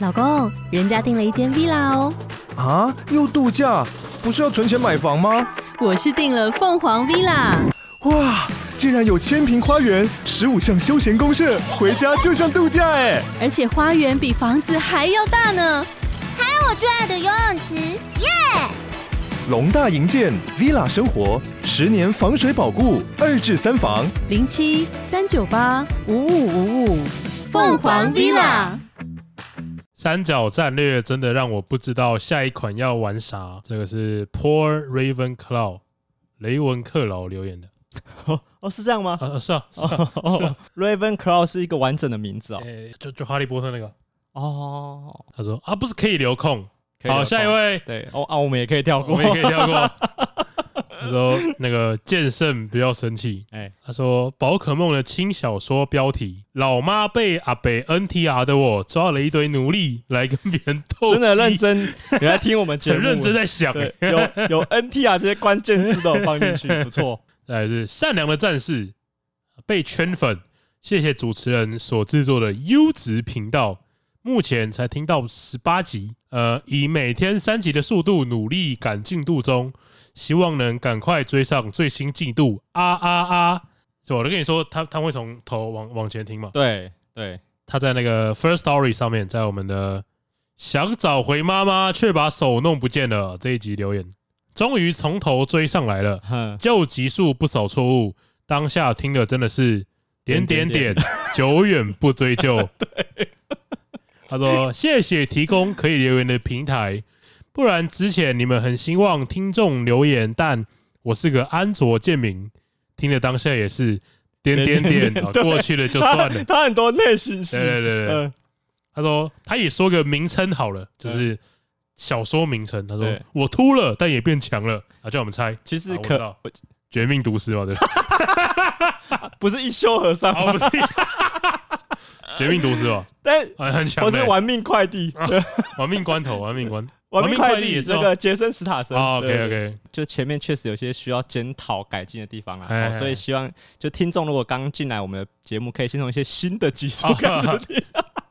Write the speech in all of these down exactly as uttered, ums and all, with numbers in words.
老公，人家订了一间 villa 哦。 啊，又度假？不是要存钱买房吗？ 我是订了凤凰 villa。 哇，竟然有千坪花园，十五项休闲公设，回家就像度假哎！ 而且花园比房子还要大呢。 还有我最爱的游泳池，耶！ 龙大营建 villa 生活，十年防水保固，二至三房， 零七三九八五五五五，凤凰 villa。 三角战略真的让我不知道下一款要玩啥。这个是 Poor Ravenclaw 雷文克劳留言的。 哦哦，是这样吗？ 啊，是啊，是啊， 哦是啊。 Ravenclaw 是一个完整的名字哦。 欸、就就哈利波特那个。 哦， 他说啊，不是可以留空。 可以留空好，下一位。 对，哦啊，我们也可以跳过， 我们也可以跳过。他说那个剑圣不要生气。哎、欸，他说宝可梦的轻小说标题：老妈被阿北 N T R 的我抓了一堆奴隶来跟别人斗鸡， 真的认真，有在听我们节目， 很认真在想、欸， 有有 N T R 这些关键字都有放进去，不错。 再来是善良的战士被圈粉，谢谢主持人所制作的优质频道，目前才听到十八集，呃，以每天三集的速度努力赶进度中。希望能赶快追上最新进度啊啊啊！我都跟你说，他他会从头往往前听嘛。 对对， 他在那个 First Story 上面，在我们的想找回妈妈却把手弄不见了这一集留言，终于从头追上来了。旧集数不少错误，当下听的真的是点点点，久远不追究。 对， 他说谢谢提供可以留言的平台。不然之前你们很希望听众留言，但我是个安卓贱民，听了当下也是点点点、啊、过去了就算了。 他, 他很多内心戏。 对对对对、嗯，他说他也说个名称好了，就是小说名称。他说我秃了，但也变强了啊，叫我们猜。 其实可道绝命毒师嘛，对， 不是一休和尚吗？ 哦、不是绝命毒师吧？ 但、 啊、很强， 我是玩命快递， 啊、玩命关头，玩命关。 玩命快递也是那个杰森·史塔森。 哦 OK OK， 就前面确实有些需要检讨改进的地方啦、 哦， 所以希望就听众如果刚进来我们的节目，可以先从一些新的集数开始听。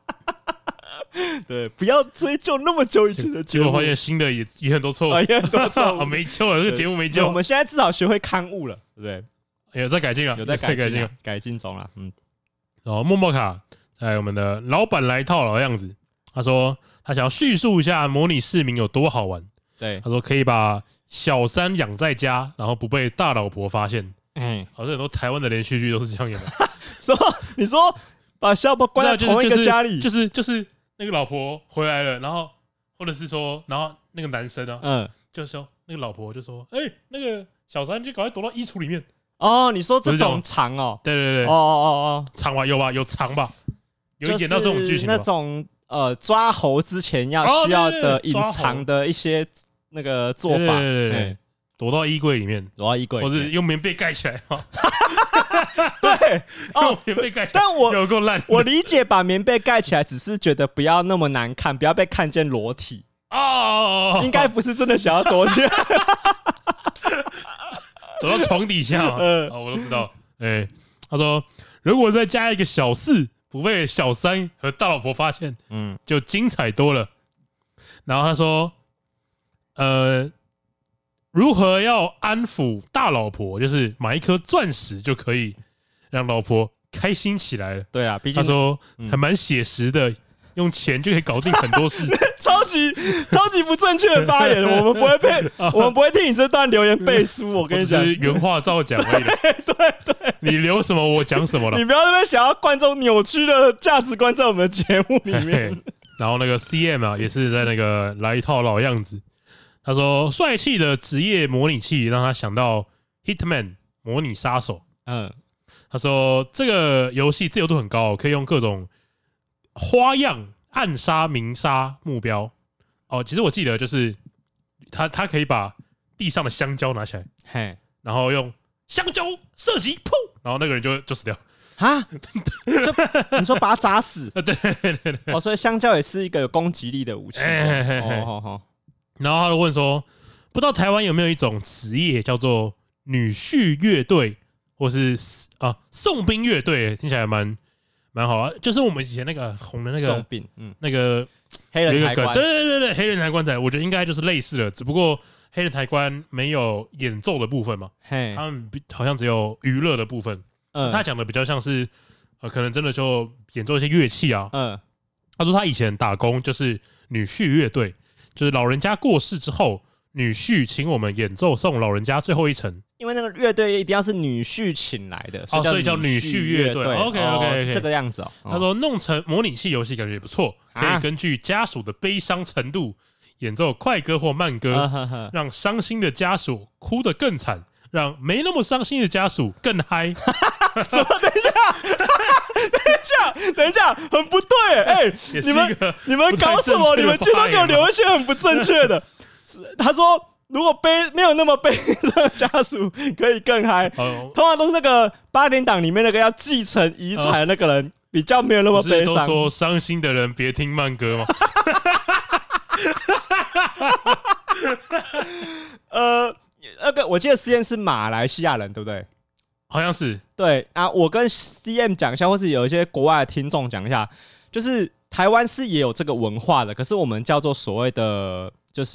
对，不要追究那么久以前的节目。 结果发现新的也也很多错误， 也很多错误， 啊，没救了，这个节目没救。 我们现在至少学会刊物了，对不对？ 有在改进了， 有在改进了， 改进中了。嗯， 然后默默卡在我们的老板来套牢的样子，他说他想要叙述一下模拟市民有多好玩。 对， 他说可以把小三养在家，然后不被大老婆发现。嗯，好像很多台湾的连续剧都是这样演的。 什么？你说把小宝关在同一个家里， 就是就是、就是、那个老婆回来了，然后或者是说，然后那个男生啊，嗯，就说那个老婆就说，哎、欸，那个小三就赶快躲到衣橱里面。 哦，你说这种长哦？ 对对对， 哦哦哦， 长吧，有吧，有长吧，有演到这种剧情那种。呃，抓猴之前要需要的隐藏的一些那个做法， 对对对，躲到衣柜里面， 躲到衣柜， 或者用棉被盖起来嘛。 对， 用棉被盖起来。 但我有够烂， 我理解把棉被盖起来，只是觉得不要那么难看，不要被看见裸体哦。应该不是真的想要躲起来， 躲到床底下。嗯，我都知道。哎，他说如果再加一个小四。不被小三和大老婆发现，嗯，就精彩多了。然后他说，呃，如何要安抚大老婆，就是买一颗钻石就可以让老婆开心起来了。 对啊，毕竟他说还蛮写实的，用钱就可以搞定很多事。 超级超级不正确的发言，我们不会被，我们不会替你这段留言背书。我跟你讲， 是原话照讲而已。 对对， 你留什么我讲什么了。 你不要那边想要灌这种扭曲的价值观在我们的节目里面。 嘿嘿然后那个 C M 啊，也是在那个来一套老样子。他说，帅气的职业模拟器让他想到 Hitman 模拟杀手。嗯，他说这个游戏自由度很高，可以用各种花样。暗杀、明杀目标哦，其实我记得就是他，他可以把地上的香蕉拿起来，嘿，然后用香蕉射击，砰，然后那个人就就死掉。 啊？就你说把他砸死？ 对对对对。 哦，所以香蕉也是一个有攻击力的武器。 哎嘿嘿哦好。然后他就问说，不知道台湾有没有一种职业叫做女婿乐队，或是啊送兵乐队，听起来蛮。蛮好啊，就是我们以前那个红的那个送饼，嗯， 那个黑人抬棺， 对对对对，黑人抬棺仔，我觉得应该就是类似的，只不过黑人抬棺没有演奏的部分嘛，他们好像只有娱乐的部分。嗯，他讲的比较像是，呃，可能真的就演奏一些乐器啊。嗯，他说他以前打工就是女婿乐队，就是老人家过世之后，女婿请我们演奏送老人家最后一程。 因为那个乐队一定要是女婿请来的， 哦，所以叫女婿乐队。OK OK， 这个样子哦。 他说弄成模拟器游戏感觉也不错，可以根据家属的悲伤程度演奏快歌或慢歌，让伤心的家属哭得更惨，让没那么伤心的家属更嗨。 什么？等一下，等一下，等一下，很不对哎、欸！你们你们搞什么？你们经常给我留一些很不正确的。他说。如果悲没有那么悲伤的家属可以更嗨，哦、通常都是那个八点档里面那个要继承遗产的那个人、哦、比较没有那么悲伤。 不是都说伤心的人别听慢歌吗？ 呃，那个我记得 C M 是马来西亚人，对不对？ 好像是。 对啊，我跟 C M 讲一下，或是有一些国外的听众讲一下，就是台湾是也有这个文化的，可是我们叫做所谓的就是。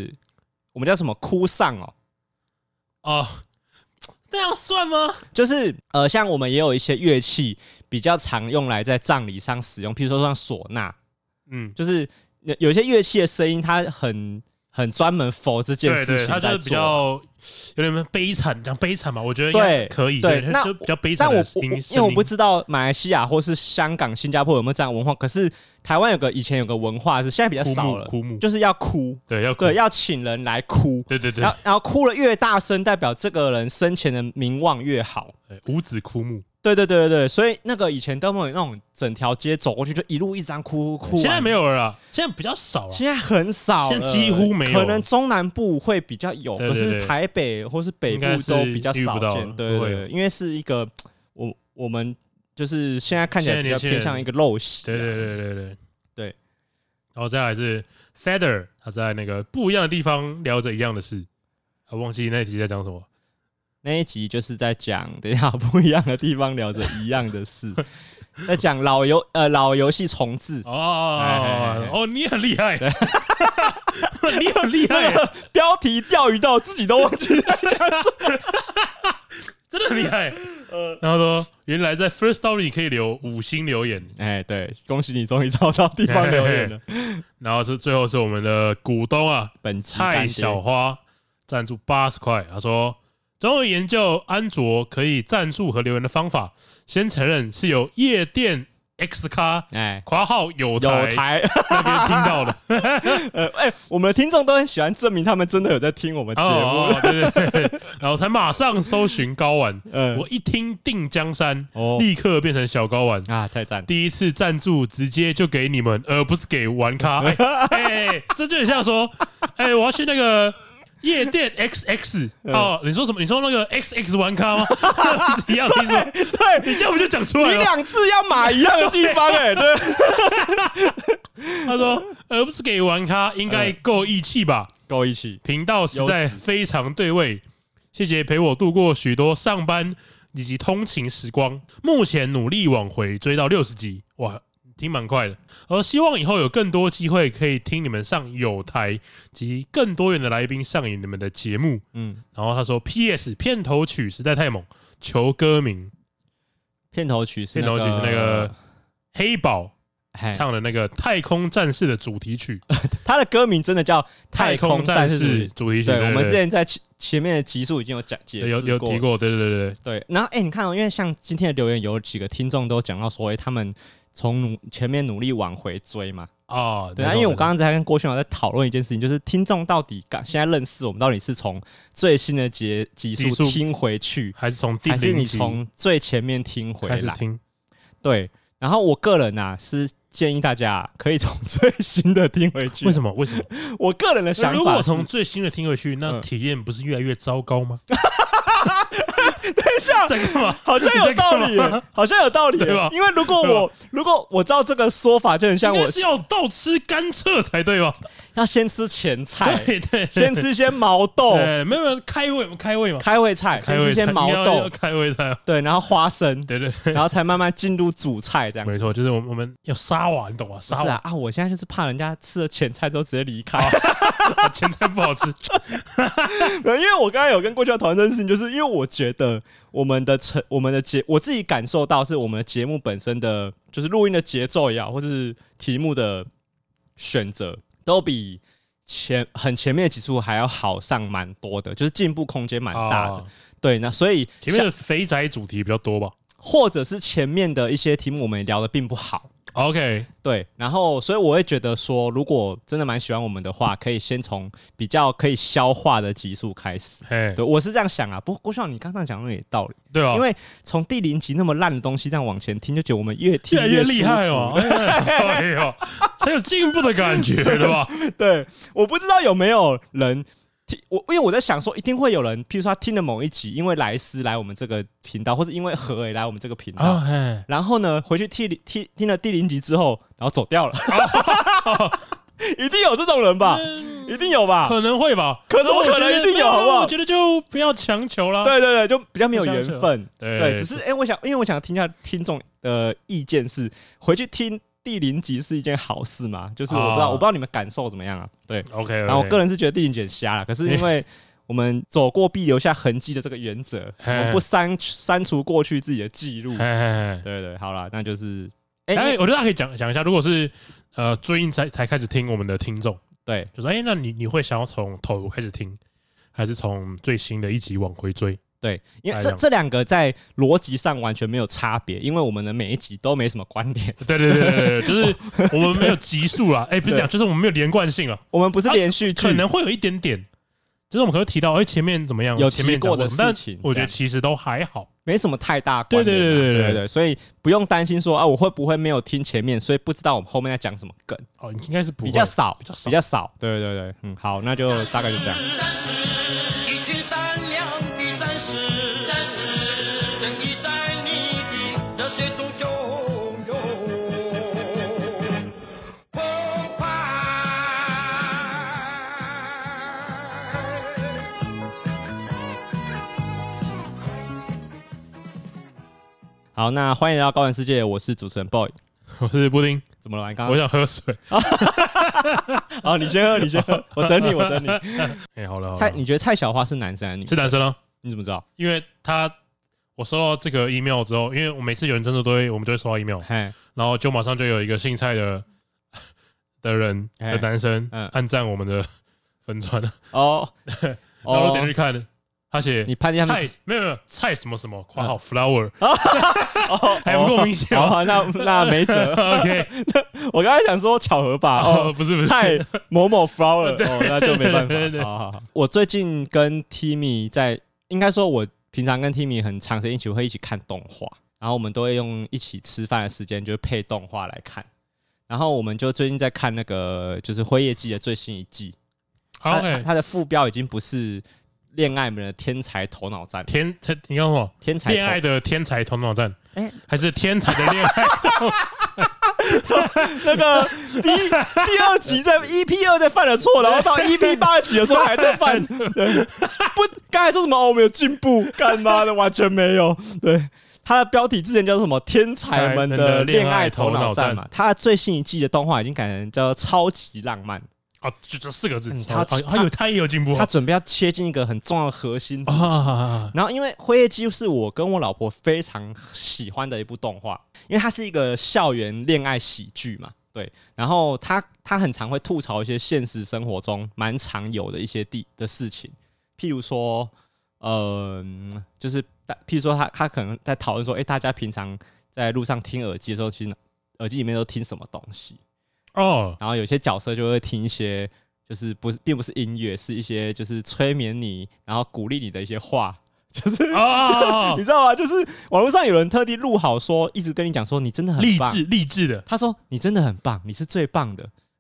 我们叫什么哭丧哦？ 哦，那样算吗？ 就是呃，像我们也有一些乐器比较常用来在葬礼上使用，譬如说像唢呐，嗯，就是有一些乐器的声音，它很很专门 for 这件事情在做， 对对，它就是比较有点悲惨，讲悲惨嘛，我觉得应该可以， 对， 对， 那就比较悲惨的声音。 因为我不知道马来西亚或是香港、新加坡有没有这样的文化，可是台湾有个以前有个文化是现在比较少了， 哭墓就是要哭， 对，要哭对，要请人来哭， 对对对， 然后然后哭了越大声，代表这个人生前的名望越好， 五子哭墓。 对对对对对，所以那个以前都没有那种整条街走过去就一路一张哭哭， 现在没有了啦，现在比较少了， 现在很少了， 现在几乎没有， 可能中南部会比较有，对对对，可是台北或是北部都比较少见，对对对，因为是一个我我们就是现在看起来比较偏向一个陋习， 对对对对对对， 然后再来是 Feather， 他在那个不一样的地方聊着一样的事，我忘记那一集在讲什么。 那一集就是在讲，等一下不一样的地方聊着一样的事，在讲老游呃老游戏重置哦哎哎哎哦，你很厉害，你很厉害， 标题钓鱼到自己都忘记在讲什么， 真的很厉害。呃，然后说原来在 First Story 可以留五星留言， 哎，对，恭喜你终于找到地方留言了。 然后是最后是我们的股东啊， 本蔡小花赞助八十块，他说。终于研究安卓可以赞助和留言的方法，先承认是有夜店 X 咖，哎，括号有台有台那边听到的。 呃，哎、欸，我们的听众都很喜欢证明他们真的有在听我们节目，哦哦、对对对，然后才马上搜寻高玩，嗯、我一听定江山，哦、立刻变成小高玩啊，太赞！ 第一次赞助直接就给你们，而不是给玩咖。哎、欸欸，这就很像说，哎、欸，我要去那个。夜店 X X 哦，你说什么？你说那个 X X 玩咖吗？是一样的意思吗？ 对， 你这样不就讲出来了？ 你两次要码一样的地方哎、欸，对。 他说，而不是给玩咖，应该够义气吧？ 够义气。 频道实在非常对味，谢谢陪我度过许多上班以及通勤时光。目前努力往回追到六十集，哇！听蛮快的，而希望以后有更多机会可以听你们上有台及更多元的来宾上演你们的节目。嗯，然后他说 P S 片头曲实在太猛，求歌名。 片头曲是、 那個、片头曲是那个黑宝唱的那个太空战士的主题曲， 他的歌名真的叫太空战士主题曲。 对，對對對，我们之前在前面的集数已经有讲解释过，有有提过，对对对对对。然后哎、欸，你看哦，因为像今天的留言有几个听众都讲到说，哎，他们。从前面努力往回追嘛， 哦， 对啊，因为我刚刚才跟郭轩豪在讨论一件事情，就是听众到底现在认识我们到底是从最新的集集数听回去， 还是从第零集， 还是你从最前面听回来开始听？ 对，然后我个人啊是建议大家可以从最新的听回去。 为什么？为什么？ 我个人的想法是， 如果从最新的听回去，那体验不是越来越糟糕吗？ 等一下， 在干嘛？ 好像有道理耶，好像有道理耶， 对吧？ 因为如果我如果我照这个说法，就很像我是要倒吃甘蔗才对吧？ 要先吃前菜， 对对， 先吃一些毛豆， 对，没有没有开胃开胃嘛， 开胃菜，先吃一些毛豆， 开胃菜， 对，然后花生， 对对， 然后才慢慢进入主菜这样。 没错，就是我们我们要沙瓦，你懂吗？沙瓦啊，我现在就是怕人家吃了前菜之后直接离开， 前菜不好吃。 因为我刚才有跟过去要讨论这件事情，就是因为我觉得我们的成我们的节，我自己感受到是我们的节目本身的，就是录音的节奏也好，或是题目的选择，都比前很前面的几处还要好上蛮多的，就是进步空间蛮大的。哦、对，那所以前面的肥宅主题比较多吧， 或者是前面的一些题目我们聊得并不好。 OK， 对，然后所以我会觉得说，如果真的蛮喜欢我们的话，可以先从比较可以消化的集数开始。对，我是这样想啊。不过郭校，你刚刚讲的有道理， 对啊， 因为从第零集那么烂的东西这样往前听，就觉得我们越听越越厉害哦，哎呦，才有进步的感觉，对吧？ 对，我不知道有没有人。我因为我在想说，一定会有人，譬如说他听了某一集，因为莱斯来我们这个频道，或者因为何伟来我们这个频道，哦、然后呢回去听听听了第零集之后，然后走掉了，哦、一定有这种人吧？嗯、一定有吧？ 可能会吧？ 可是我可能一定有，好不好？ 我觉得就不要强求了。 对对对，就比较没有缘分。 对, 对，只是哎、欸，我想，因为我想听一下听众的意见是，回去听。第零集是一件好事嘛？就是我不知道， oh. 我不知道你们感受怎么样啊？对 ，OK，, okay. 然后我个人是觉得第零集很瞎啦，可是因为我们走过必留下痕迹的这个原则，我们不删删除过去自己的记录。对对，好啦，那就是哎、欸，我觉得大家可以讲讲一下，如果是呃最近才才开始听我们的听众， 对， 就说哎、欸，那你你会想要从头开始听，还是从最新的一集往回追？ 对，因为这这两个在逻辑上完全没有差别，因为我们的每一集都没什么关联。 对对对对对，就是我们没有集数啦，哎、欸，不是讲，就是我们没有连贯性了。 我们不是连续剧、啊， 可能会有一点点，就是我们可能提到，哎、欸，前面怎么样， 有前面提过的事情， 我觉得其实都还好， 没什么太大关联、啊。对对对对 对, 對, 對，所以不用担心说啊，我会不会没有听前面，所以不知道我们后面在讲什么梗。 哦，应该是不会比较少， 比较少， 比较少。对对对，嗯，好，那就大概就这样。好，那欢迎来到高玩世界，我是主持人 boy， 我是布丁。 怎么了？你刚刚我想喝水。 好，你先喝，你先喝，我等你，我等你。 哎、欸，好了，好了蔡，你觉得蔡小花是男生还是女生？ 是男生啊？ 你怎么知道？ 因为他，我收到这个 email 之后，因为我每次有人真的都会，我们就会收到 email， 然后就马上就有一个姓蔡的的人的男生按赞我们的粉专哦， 然后我点进去看。他写你拍下菜没有没有菜什么什么括号 flower， 还不够明显吗？ 好，那那没辙。 OK， 我刚才想说巧合吧，哦， 不是不是菜某某 flower， 哦，那就没办法。好好好，我最近跟 Timmy 在，应该说我平常跟 Timmy 很长时间一起会一起看动画，然后我们都会用一起吃饭的时间就配动画来看，然后我们就最近在看那个就是《辉夜姬》的最新一季。 OK， 它的副标已经不是。恋爱们的天才头脑战， 天才你叫什么？ 天才恋爱的天才头脑战，哎、欸，还是天才的恋爱头脑战？那个第第二集在 E P 二在犯了错，然后到 E P 八集的时候还在犯，对，不，刚才说什么？哦，我们有进步，干妈的完全没有。对，它的标题之前叫什么？天才们的恋爱头脑战嘛。它的最新一季的动画已经改成叫超级浪漫。 哦，就这四个字， 嗯、他他有他也有进步， 他准备要切进一个很重要的核心主题。啊、然后，因为《辉夜姬》是我跟我老婆非常喜欢的一部动画，因为它是一个校园恋爱喜剧嘛，对。然后他他很常会吐槽一些现实生活中蛮常有的一些地的事情，譬如说，呃，就是譬如说他他可能在讨论说，哎、欸，大家平常在路上听耳机的时候，其实耳机里面都听什么东西？哦， oh. 然后有些角色就会听一些，就是不是并不是音乐，是一些就是催眠你，然后鼓励你的一些话，就是，oh. 你知道吗？就是网络上有人特地录好说，一直跟你讲说你真的很棒， 励志励志的。 他说你真的很棒，你是最棒的，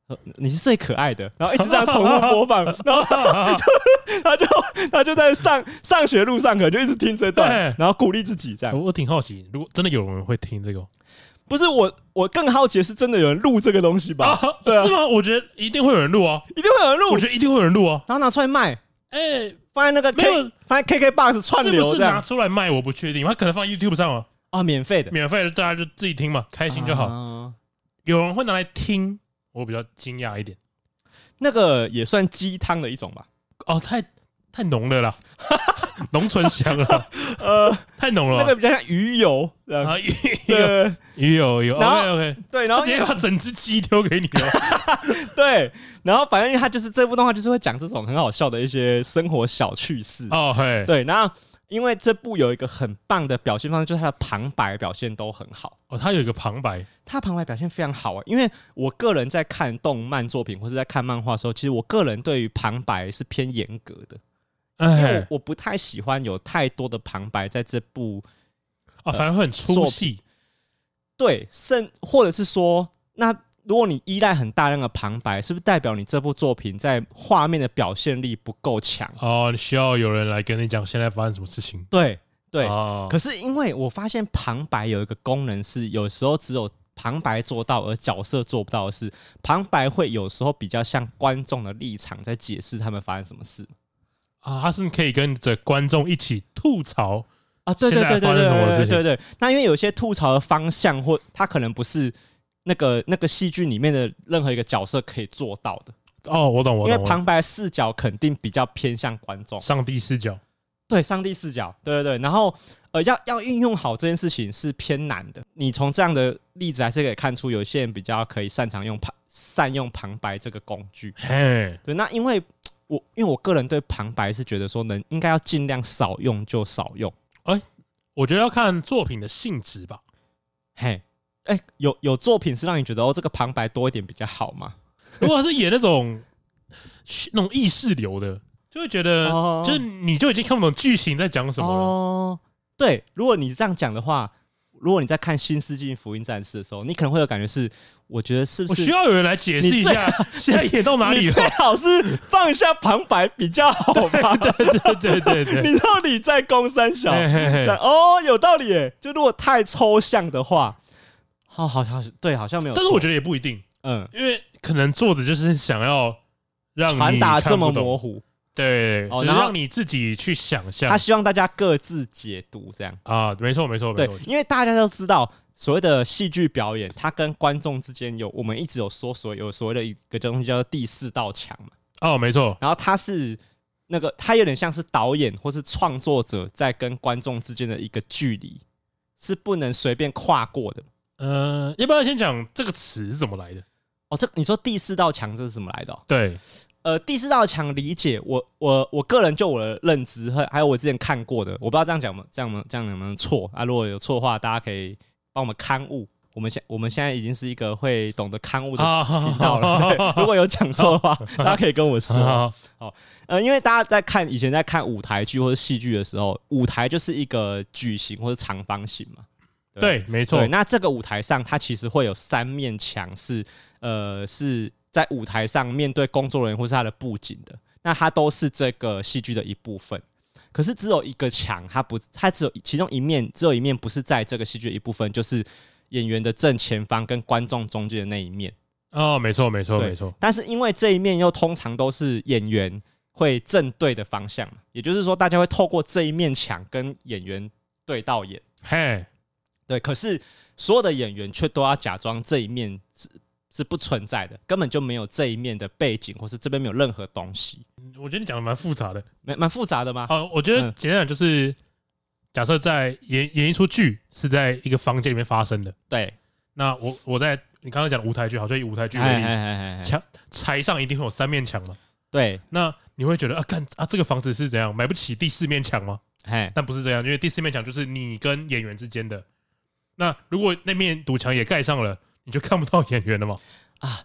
你是最可爱的，然后一直这样重复播放，然后他就他就他就在上上学路上可能就一直听这段，然后鼓励自己这样。 我挺好奇，如果真的有人会听这个， 不是我我更好奇的是真的有人录这个东西吧？ 啊对啊， 是吗？我觉得一定会有人录啊， 一定会有人录， 我觉得一定会有人录啊， 然后拿出来卖， 哎、欸， 放在那个 K 没有放在 K K box 串流这样， 是不是拿出来卖？我不确定，他可能放 YouTube 上啊， 哦，免费的， 免费的，大家就自己听嘛，开心就好。 啊、 有人会拿来听，我比较惊讶一点。 那个也算鸡汤的一种吧？ 哦，太太浓了啦，浓醇香了， 呃， 太浓了。 那个比较像鱼油，啊， 鱼油，鱼油有 OK OK， 对，然后直接把整只鸡丢给你了， 对，然后反正他就是这部动画就是会讲这种很好笑的一些生活小趣事哦，嘿， 对，然后因为这部有一个很棒的表现方式，就是它的旁白表现都很好。 哦，它有一个旁白， 它旁白表现非常好啊。因为我个人在看动漫作品或是在看漫画的时候，其实我个人对于旁白是偏严格的，因为 我, 我不太喜欢有太多的旁白在这部啊，反而会很粗细。 对，甚或者是说，那如果你依赖很大量的旁白，是不是代表你这部作品在画面的表现力不够强？ 哦，你需要有人来跟你讲现在发生什么事情。 对对、 哦， 可是因为我发现旁白有一个功能是，有时候只有旁白做到，而角色做不到的是，旁白会有时候比较像观众的立场在解释他们发生什么事啊，他是可以跟着观众一起吐槽啊，对对对对对对对对。那因为有些吐槽的方向或他可能不是。那个那个戏剧里面的任何一个角色可以做到的哦，我懂我懂， 因为旁白视角肯定比较偏向观众， 上帝视角， 对，上帝视角，对对对。然后呃，要要运用好这件事情是偏难的。你从这样的例子还是可以看出，有些人比较可以擅长用旁善用旁白这个工具。 嘿， 对，那因为我因为我个人对旁白是觉得说能应该要尽量少用就少用。 哎、欸，我觉得要看作品的性质吧。 嘿。哎、欸，有有作品是让你觉得哦，这个旁白多一点比较好吗？ 如果是演那种那种意识流的，就会觉得，哦、就是你就已经看不懂剧情在讲什么了。哦， 对，如果你这样讲的话，如果你在看《新世纪福音战士》的时候，你可能会有感觉是，我觉得是不是我需要有人来解释一下，现在演到哪里了？ 你最好是放一下旁白比较好吧？ 对对对对对， 你到底在攻三小？嘿嘿嘿哦，有道理耶。就如果太抽象的话。好，好像对，好像没有。 但是我觉得也不一定，嗯，因为可能作者就是想要让你传达这么模糊， 对，哦，然后让你自己去想象。 他希望大家各自解读，这样啊，没错，没错， 对，因为大家都知道，所谓的戏剧表演，它跟观众之间有，我们一直有说所有所谓的一个东西叫做第四道墙嘛。 哦，没错。 然后它是那个，它有点像是导演或是创作者在跟观众之间的一个距离，是不能随便跨过的。 呃，要不要先讲这个词是怎么来的？ 哦，这你说第四道墙这是怎么来的、哦？ 对， 呃，第四道墙理解我我我个人就我的认知，还有我之前看过的，我不知道这样讲吗？这样这样有没有错啊？如果有错的话，大家可以帮我们勘误。我们现我们现在已经是一个会懂得勘误的频道了。对，如果有讲错的话，大家可以跟我说。好，呃，因为大家在看以前在看舞台剧或者戏剧的时候，舞台就是一个矩形或者长方形嘛。 对，对，没错。 那这个舞台上，它其实会有三面墙，是呃是在舞台上面对工作人员或是它的布景的。那它都是这个戏剧的一部分。可是只有一个墙，它不，它只有其中一面，只有一面不是在这个戏剧的一部分，就是演员的正前方跟观众中间的那一面。 哦，没错，没错，没错。 但是因为这一面又通常都是演员会正对的方向，也就是说，大家会透过这一面墙跟演员对到眼。 嘿。 对，可是所有的演员却都要假装这一面是是不存在的，根本就没有这一面的背景，或是这边没有任何东西。 我觉得你讲的蛮复杂的， 蛮蛮复杂的吗？ 好，我觉得简单讲就是，嗯、假设在演演一出剧是在一个房间里面发生的， 对。 那我我在你刚刚讲的舞台剧，好，就以舞台剧为例，墙台上一定会有三面墙嘛， 对。 那你会觉得啊，干啊，这个房子是怎样买不起第四面墙吗？但不是这样，因为第四面墙就是你跟演员之间的。那如果那面堵墙也盖上了，你就看不到演员了吗？ 啊，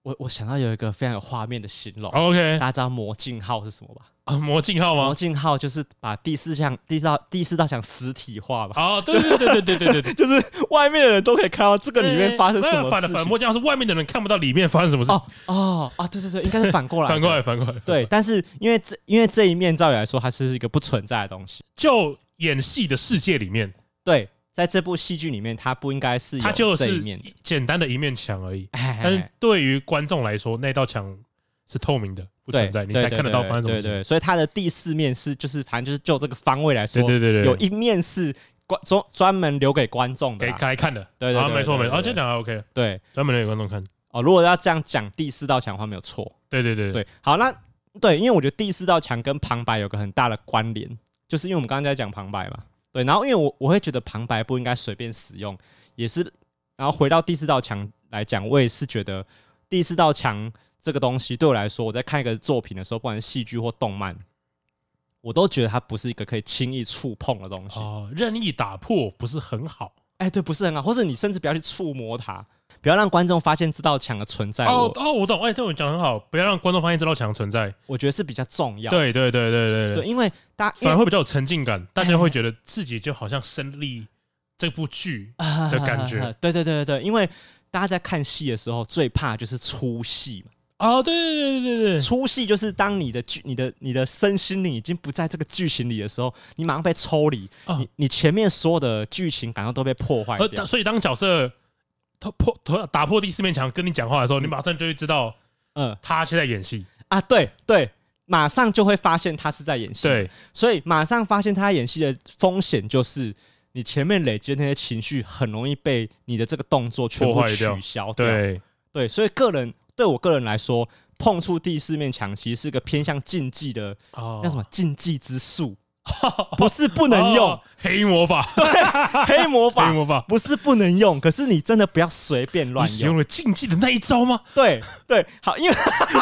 我我想到有一个非常有画面的形容 ，OK， 大家知道魔镜号是什么吧？ 啊，魔镜号吗？ 魔镜号就是把第四项第四道第四道墙实体化吧。 哦，对对对对对对对对， 就是外面的人都可以看到这个里面发生什么事情。 反的反魔镜号是外面的人看不到里面发生什么事。 哦哦啊，对对对，应该是反过来， 反过来，反过来。 对，但是因为这因为这一面照理来说，它是一个不存在的东西。 就演戏的世界里面， 对，在这部戏剧里面，它不应该是有它就是这一面的简单的一面墙而已。 哎但是对于观众来说，那道墙是透明的，不存在，你才看得到发生什么事情。 对对，所以它的第四面是就是反正就是就这个方位来说， 对对对， 有一面是观专专门留给观众的， 给来看的。 对对， 没错没错，哦，这样讲还 OK。 对， 专门留给观众看。 哦，如果要这样讲第四道墙的话，没有错。 对对对对，好，那对，因为我觉得第四道墙跟旁白有个很大的关联，就是因为我们刚刚在讲旁白嘛。对，然后因为我我会觉得旁白不应该随便使用，也是，然后回到第四道墙来讲，我也是觉得第四道墙这个东西对我来说，我在看一个作品的时候，不管是戏剧或动漫，我都觉得它不是一个可以轻易触碰的东西。 哦，任意打破不是很好。 哎，对，不是很好，或者你甚至不要去触摸它，不要让观众发现这道墙的存在。 哦哦，我懂，哎，这我讲得很好，不要让观众发现这道墙存在， 我觉得是比较重要。 对对对对对对，因为大家反而会比较有沉浸感，大家会觉得自己就好像身历这部剧的感觉。 对对对对对，因为大家在看戏的时候，最怕就是出戏嘛。 哦，对对对对对， 出戏就是当你的剧、你的、你的身心灵已经不在这个剧情里的时候，你马上被抽离，哦、你你前面所有的剧情感受都被破坏掉。 所以当角色他破打破第四面墙跟你讲话的时候，嗯、你马上就会知道，嗯，他是在演戏啊，对对，马上就会发现他是在演戏。 对， 所以马上发现他在演戏的风险就是，你前面累积的那些情绪很容易被你的这个动作全部取消掉。 对对，所以个人。对我个人来说，碰触第四面墙其实是个偏向禁忌的，哦、那什么禁忌之术，不是不能用、哦、 黑魔法， 对，黑魔法， 黑魔法不是不能用，可是你真的不要随便乱用。 你使用了禁忌的那一招吗？ 对对，好，因为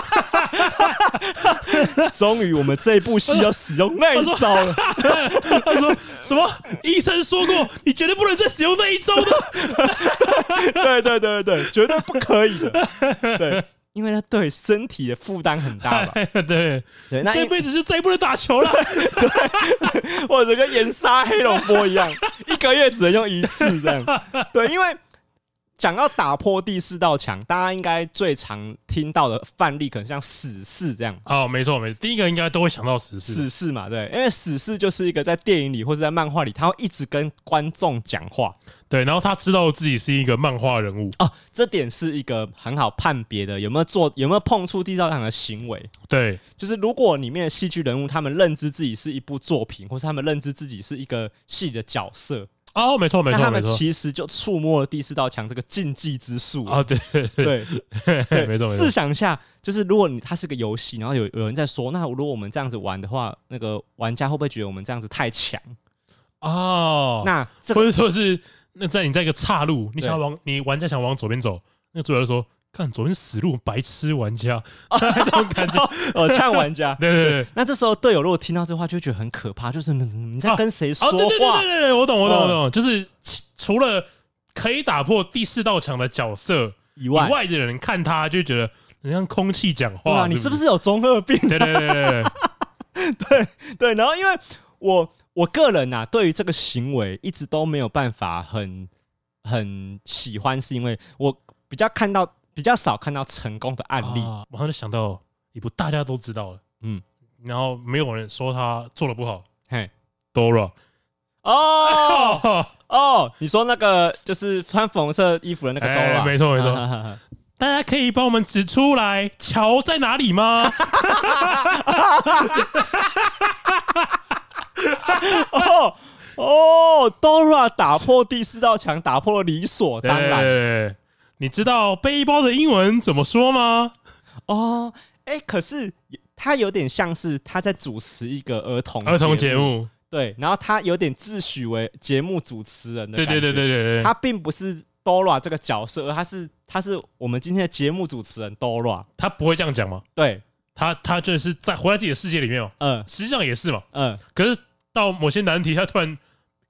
终于我们这一部戏要使用那一招了。 他说什么？医生说过，你绝对不能再使用那一招的。 对对对对，绝对不可以的。对，因为它对身体的负担很大吧。 对对，那这辈子就再也不能打球了。 对，或者跟盐沙黑龙波一样，一个月只能用一次这样。对，因为讲到打破第四道墙，大家应该最常听到的范例，可能像死侍这样。 哦，没错没错，第一个应该都会想到死侍。 死侍嘛，对，因为死侍就是一个在电影里或者在漫画里，他会一直跟观众讲话。 对，然后他知道自己是一个漫画人物哦，这点是一个很好判别的，有没有做有没有碰触第四道墙的行为？ 对， 就是如果里面的戏剧人物他们认知自己是一部作品，或是他们认知自己是一个戏的角色。 哦，没错没错， 那他们其实就触摸了第四道墙这个禁忌之术啊！对对对对，没错。 试想一下，就是如果你它是个游戏，然后有有人在说，那如果我们这样子玩的话，那个玩家会不会觉得我们这样子太强？ 哦， 那这个或者说是那在你在一个岔路，你想要往你玩家想往左边走，那个主角就说：“看左边死路，白痴玩家。”这种感觉， 哦，呛玩家。 对对对。 那这时候队友如果听到这话，就会觉得很可怕，就是你在跟谁说话？ 哦，对对对对对，我懂我懂我懂，就是除了可以打破第四道墙的角色以外，以外的人看他就觉得很像空气讲话。 啊，你是不是有中二病？ 对对对对对对。然后因为我我个人啊，对于这个行为一直都没有办法很很喜欢，是因为我比较看到。比较少看到成功的案例， 啊、马上就想到一部大家都知道了，嗯，然后没有人说他做的不好，嘿 ，Dora， 哦哦，你说那个就是穿粉红色衣服的那个 Dora，、 欸、没错没错，大家可以帮我们指出来桥在哪里吗？ 哦哦 ，Dora 打破第四道墙，打破了理所当然。 对对对，你知道背包的英文怎么说吗？ 哦，哎、欸，可是他有点像是他在主持一个儿童儿童节目， 对，然后他有点自诩为节目主持人的感觉， 对对对对对， 他并不是 Dora 这个角色，而他是他是我们今天的节目主持人 Dora， 他不会这样讲吗？ 对， 他他就是在活在自己的世界里面哦，嗯，实际上也是嘛，嗯，可是到某些难题，他突然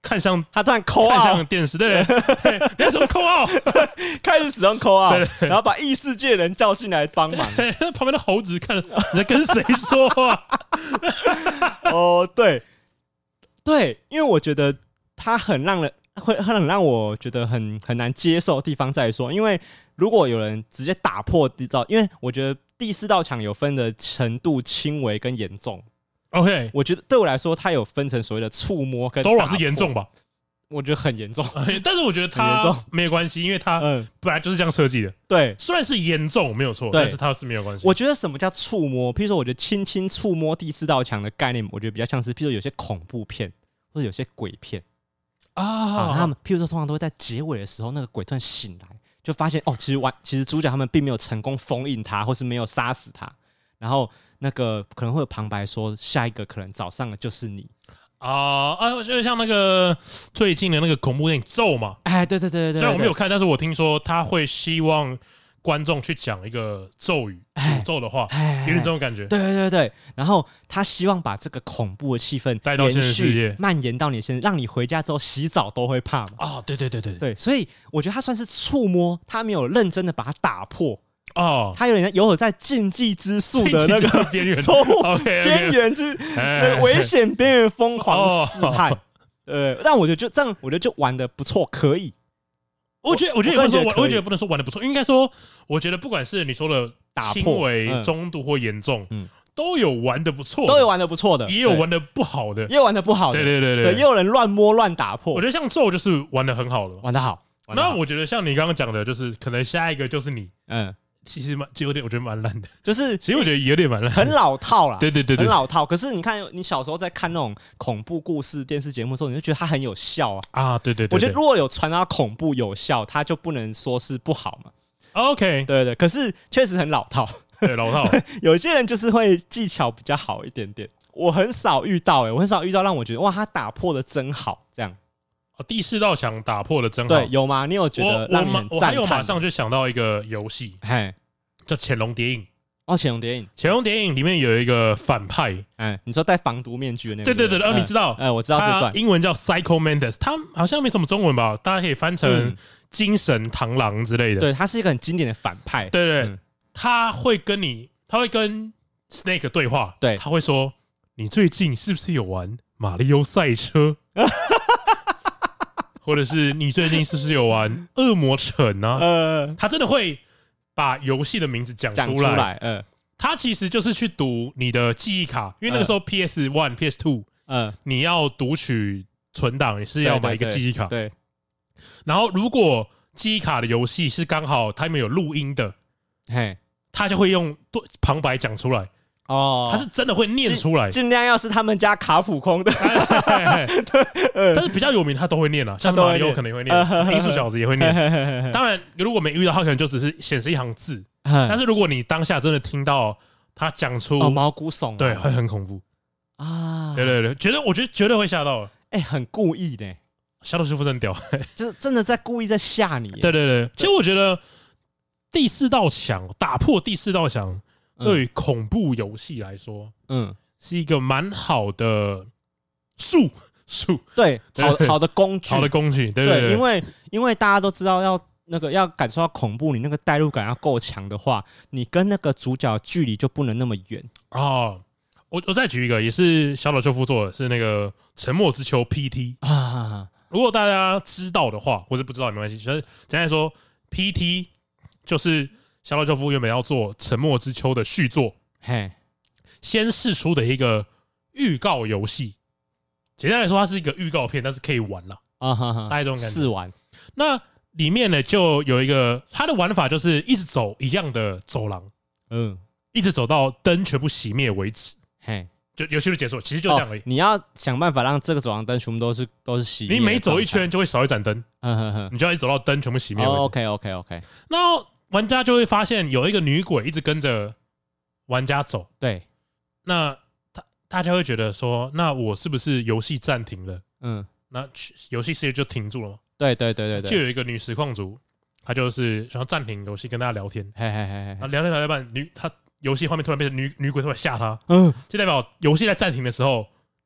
看向他突然扣看 out， 向电视，对对对，你要怎么扣out？ 开始使用扣 out， 对对然后把异世界人叫进来帮忙。 旁边的猴子看你在跟谁说话？ 哦，对对，因为我觉得他很让人会很让我觉得很很难接受的地方在于说，因为如果有人直接打破地造，因为我觉得第四道墙有分的程度轻微跟严重。 OK， 我觉得对我来说，它有分成所谓的触摸跟打破。 Dora 是严重吧？ 我觉得很严重， 但是我觉得它没有关系，因为它本来就是这样设计的。 对， 虽然是严重没有错，但是它是没有关系。 我觉得什么叫触摸？譬如说，我觉得轻轻触摸第四道墙的概念，我觉得比较像是，譬如说有些恐怖片或者有些鬼片啊，啊他们譬如说通常都会在结尾的时候，那个鬼突然醒来，就发现哦，其实完，其实主角他们并没有成功封印他，或是没有杀死他，然后那个可能会有旁白说，下一个可能找上的就是你。 啊啊！就像那个最近的那个恐怖电影《咒》嘛， 哎，对对对对对， 虽然我没有看，但是我听说他会希望观众去讲一个咒语、诅咒的话，有点这种感觉。 对对对对，然后他希望把这个恐怖的气氛带到现实世界， 蔓延到你现实，让你回家之后洗澡都会怕嘛。 啊，对对对对对，所以我觉得他算是触摸，他没有认真的把它打破。 哦， 他有点有在禁忌之术的那个边缘， 边缘去那个危险边缘疯狂试探。呃，但我觉得就这样，我觉得就玩的不错，可以。 我觉得，我觉得也不能说玩，我觉得不能说玩的不错，应该说，我觉得不管是你说的轻微、中度或严重，嗯，都有玩的不错， 都有玩的不错的， 也有玩的不好的， 也有玩的不好的， 对对对对， 也有人乱摸乱打破。 我觉得像咒就是玩的很好的， 玩的好。 那我觉得像你刚刚讲的，就是可能下一个就是你，嗯。其实蛮就有点，我觉得蛮烂的， 就是其实我觉得有点蛮烂， 很老套啦。 对对对， 很老套。可是你看，你小时候在看那种恐怖故事电视节目的时候，你就觉得它很有效啊。 啊，对对对， 我觉得如果有传到恐怖有效，它就不能说是不好嘛。 OK， 对对，可是确实很老套， 对老套。 有些人就是会技巧比较好一点点，我很少遇到哎、欸，我很少遇到让我觉得哇，他打破的真好这样。 哦，第四道墙打破的真好， 对，有吗？你有觉得让你很赞叹？ 我还有马上就想到一个游戏，嘿。叫潜龙谍影哦，潜龙谍影， 潜龙谍影里面有一个反派， 哎，你说戴防毒面具的那个， 对对对，然后你知道， 哎，我知道这段， 英文叫 Psycho Mantis， 他好像没什么中文吧，大家可以翻成精神螳螂之类的。 对，他是一个很经典的反派， 对对，他会跟你，他会跟 Snake 对话，对，他会说，你最近是不是有玩马里奥赛车？或者是你最近是不是有玩恶魔城啊？呃，他真的会把游戏的名字讲出来，嗯，他其实就是去读你的记忆卡，因为那个时候 P S 一、P S 二，嗯，你要读取存档，你是要买一个记忆卡，对。然后如果记忆卡的游戏是刚好他们有录音的，嘿，他就会用旁白讲出来，哦，他是真的会念出来， 尽量要是他们家卡普空的， 但是比较有名他都会念啊，像马里奥可能也会念，音速小子也会念。当然，如果没遇到，他可能就只是显示一行字。但是如果你当下真的听到他讲出毛骨悚， 对，会很恐怖啊！对对对，绝对，我觉得绝对会吓到。 哎，很故意的， 吓到师傅真屌， 就是真的在故意在吓你。 对对对，其实我觉得第四道墙打破第四道墙。对于恐怖游戏来说，嗯，是一个蛮好的术术， 对，好好的工具， 好的工具，对对对， 因为因为大家都知道要那个要感受到恐怖，你那个代入感要够强的话，你跟那个主角距离就不能那么远哦。 我我再举一个，也是小岛秀夫做的，是那个《沉默之丘》P T 啊。如果大家知道的话，或者不知道没关系，就是简单来说 ，P T 就是。小岛秀夫原本要做《沉默之丘》的续作，嘿，先释出的一个预告游戏。简单来说，它是一个预告片，但是可以玩了啊，哈哈，大概这种感觉。 试玩。 那里面呢，就有一个它的玩法，就是一直走一样的走廊，嗯，一直走到灯全部熄灭为止，嘿，就游戏就结束。其实就这样而已。 哦、你要想办法让这个走廊灯全部都是都是熄灭。 你每走一圈就会少一盏灯，嗯哼哼，你就要一走到灯全部熄灭为止。 哦、OK OK OK。 那玩家就会发现有一个女鬼一直跟着玩家走， 对， 那他大家会觉得说，那我是不是游戏暂停了？嗯，那游戏世界就停住了吗？ 对对对对对， 就有一个女实况主，她就是想要暂停游戏跟大家聊天，嘿嘿嘿嘿，聊天聊一半，女她游戏画面突然变成女女鬼突然吓她，嗯，就代表游戏在暂停的时候，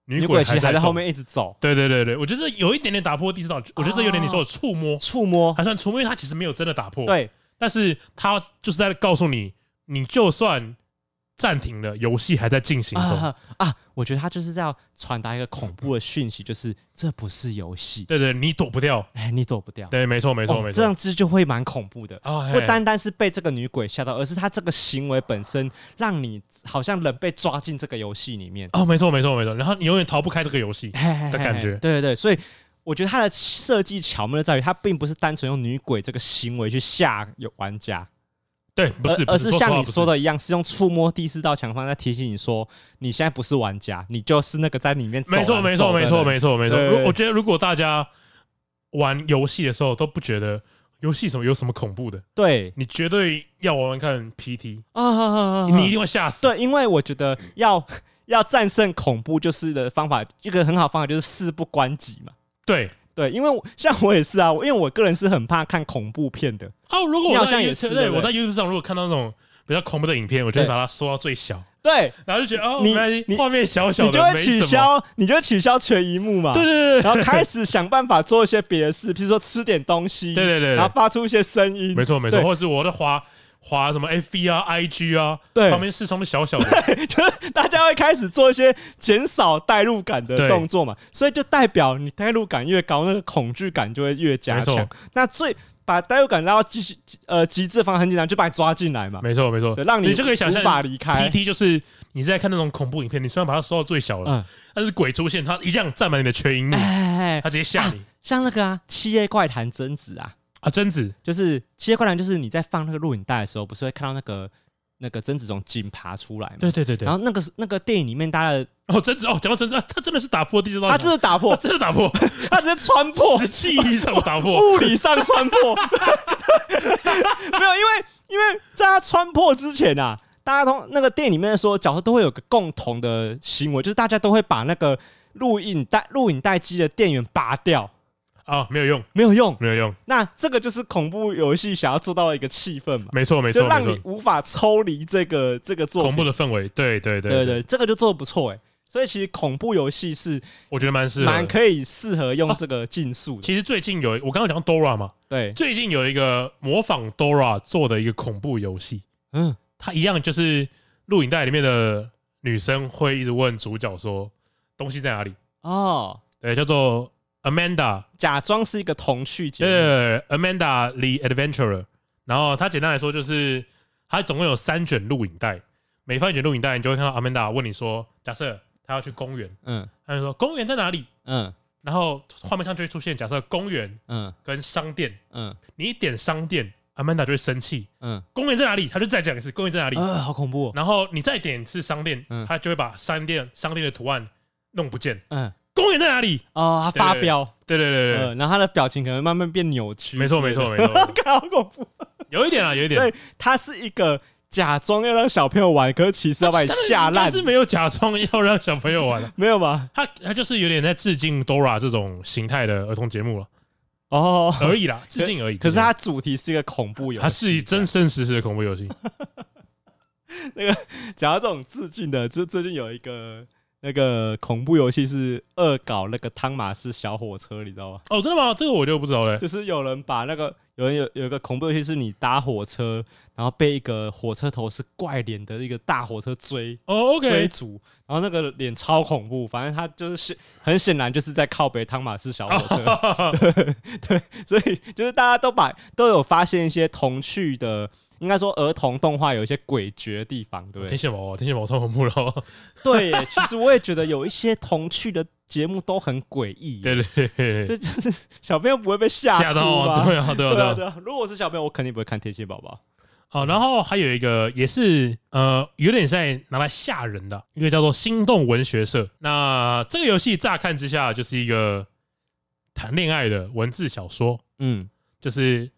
女鬼其实还在后面一直走。 对对对对，我觉得有一点点打破第四道，我觉得这有点你说的触摸， 触摸还算触摸，因为它其实没有真的打破。 对， 但是它就是在告诉你，你就算暂停了，游戏还在进行中啊, 啊！我觉得他就是要传达一个恐怖的讯息，就是这不是游戏。 对对，你躲不掉， 哎，你躲不掉。 对，没错没错、哦、没错， 这样子就会蛮恐怖的。 哦、 不单单是被这个女鬼吓到，而是他这个行为本身让你好像人被抓进这个游戏里面。 哦，没错没错没错，然后你永远逃不开这个游戏的感觉。 对对对，所以我觉得它的设计巧妙在于，它并不是单纯用女鬼这个行为去吓有玩家。 对，不是， 而是像你说的一样，是用触摸第四道墙方在提醒你说，你现在不是玩家，你就是那个在里面走。 没错，没错，没错，没错，没错。我觉得如果大家玩游戏的时候都不觉得游戏什么有什么恐怖的， 对， 你绝对要玩玩看 P T 啊， 你一定会吓死。 对，因为我觉得要要战胜恐怖，就是的方法，一个很好的方法就是事不关己嘛。 对。 对，因为我像我也是啊，因为我个人是很怕看恐怖片的。 哦，如果我好像也是， 对，我在 YouTube 上如果看到那种比较恐怖的影片，我就会把它缩到最小。 对， 然后就觉得哦， 你画面小小的， 你就会取消，你就会取消全萤幕嘛。 对对对， 然后开始想办法做一些别的事，比如说吃点东西， 对对对， 然后发出一些声音。 没错没错，或者是我的滑。滑什么 F B 啊 I G 啊， 对， 旁边视窗的小小的， 就是大家会开始做一些减少代入感的动作嘛，所以就代表你代入感越高，那个恐惧感就会越加强。那最把代入感拉到极呃极致的方法很简单，就把你抓进来嘛。 没错没错， 让你就可以想象无法离开。 P T 就是你是在看那种恐怖影片，你虽然把它缩到最小了，嗯、但是鬼出现，它一样占满你的全荧幕，它直接吓你、啊。 像那个啊，《七夜怪谈》贞子啊。 啊，贞子就是《七夜怪谈》，就是你在放那个录影带的时候，不是会看到那个那个贞子从井爬出来嘛？ 对对对对。 然后那个那个电影里面，大家的哦，贞子哦，讲到贞子，他真的是打破第四道墙， 他真的打破， 他真的打破， 他直接穿破， 实际意义上打破， 物理上穿破。没有，因为因为在他穿破之前啊，大家通那个电影里面说，角色都会有个共同的行为，就是大家都会把那个录影带录影带机的电源拔掉。 啊、哦，没有用， 没有用， 没有用。 那这个就是恐怖游戏想要做到的一个气氛嘛？ 没错，没错， 就让你无法抽离这个这个作品恐怖的氛围。对对对 对, 对，这个就做得不错哎。所以其实恐怖游戏是我觉得蛮适合， 蛮可以适合用这个竞速的、啊。 其实最近有我刚刚讲 Dora 嘛， 对， 最近有一个模仿 Dora 做的一个恐怖游戏，嗯，它一样就是录影带里面的女生会一直问主角说东西在哪里哦，对，叫做。Amanda 假装是一个童趣节目， 对 ，Amanda the Adventurer。然后它简单来说就是，它总共有三卷录影带，每放一卷录影带，你就会看到 Amanda 问你说，假设他要去公园，嗯，他就说公园在哪里？嗯，然后画面上就会出现假设公园，嗯，跟商店，嗯，你一点商店 ，Amanda 就会生气，嗯，公园在哪里？他就再讲一次公园在哪里？ 呃，好恐怖、哦。 然后你再点一次商店，嗯，他就会把商店商店的图案弄不见，嗯。公园在哪里？ 哦，他发飙， 对对对 对, 对、呃， 然后他的表情可能慢慢变扭曲。 没错没错没错， 好恐怖， 有一点啊，有一点。 所以他是一个假装要让小朋友玩，可是其实要把你吓烂。 他是没有假装要让小朋友玩的， 没有吧？ 他他就是有点在致敬 Dora 这种形态的儿童节目了。 哦， 而已啦，致敬而已。 可是它主题是一个恐怖游戏， 它是以真真实实的恐怖游戏。 那个讲到这种致敬的，就最近有一个。那个恐怖游戏是恶搞那个汤马斯小火车，你知道吗？ 哦，真的吗？这个我就不知道嘞。 就是有人把那个有人有有一个恐怖游戏，是你搭火车，然后被一个火车头是怪脸的一个大火车追哦 ，OK 追逐，然后那个脸超恐怖，反正他就是很显然就是在靠北汤马斯小火车，哦、对, 对，所以就是大家都把都有发现一些童趣的。应该说，儿童动画有一些诡谲的地方，对不对？ 天线宝宝，天线宝宝超恐怖了。 对耶，其实我也觉得有一些童趣的节目都很诡异。 对对对， 这就是小朋友不会被吓吓到啊！对啊，对啊，对啊， 对啊！如果我是小朋友，我肯定不会看天线宝宝。 哦，然后还有一个也是呃，有点在拿来吓人的，一个叫做心动文学社。那这个游戏乍看之下就是一个谈恋爱的文字小说，嗯，就是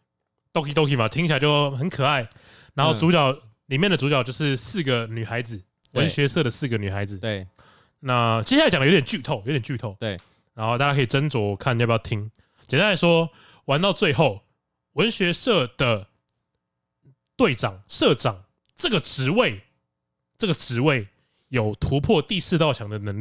。Doki Doki 嘛，听起来就很可爱。然后主角、嗯、里面的主角就是四个女孩子，文学社的四个女孩子。 对， 那接下来讲的有点剧透，有点剧透。 对， 然后大家可以斟酌看要不要听。简单来说，玩到最后，文学社的队长、社长这个职位，这个职位有突破第四道墙的能力。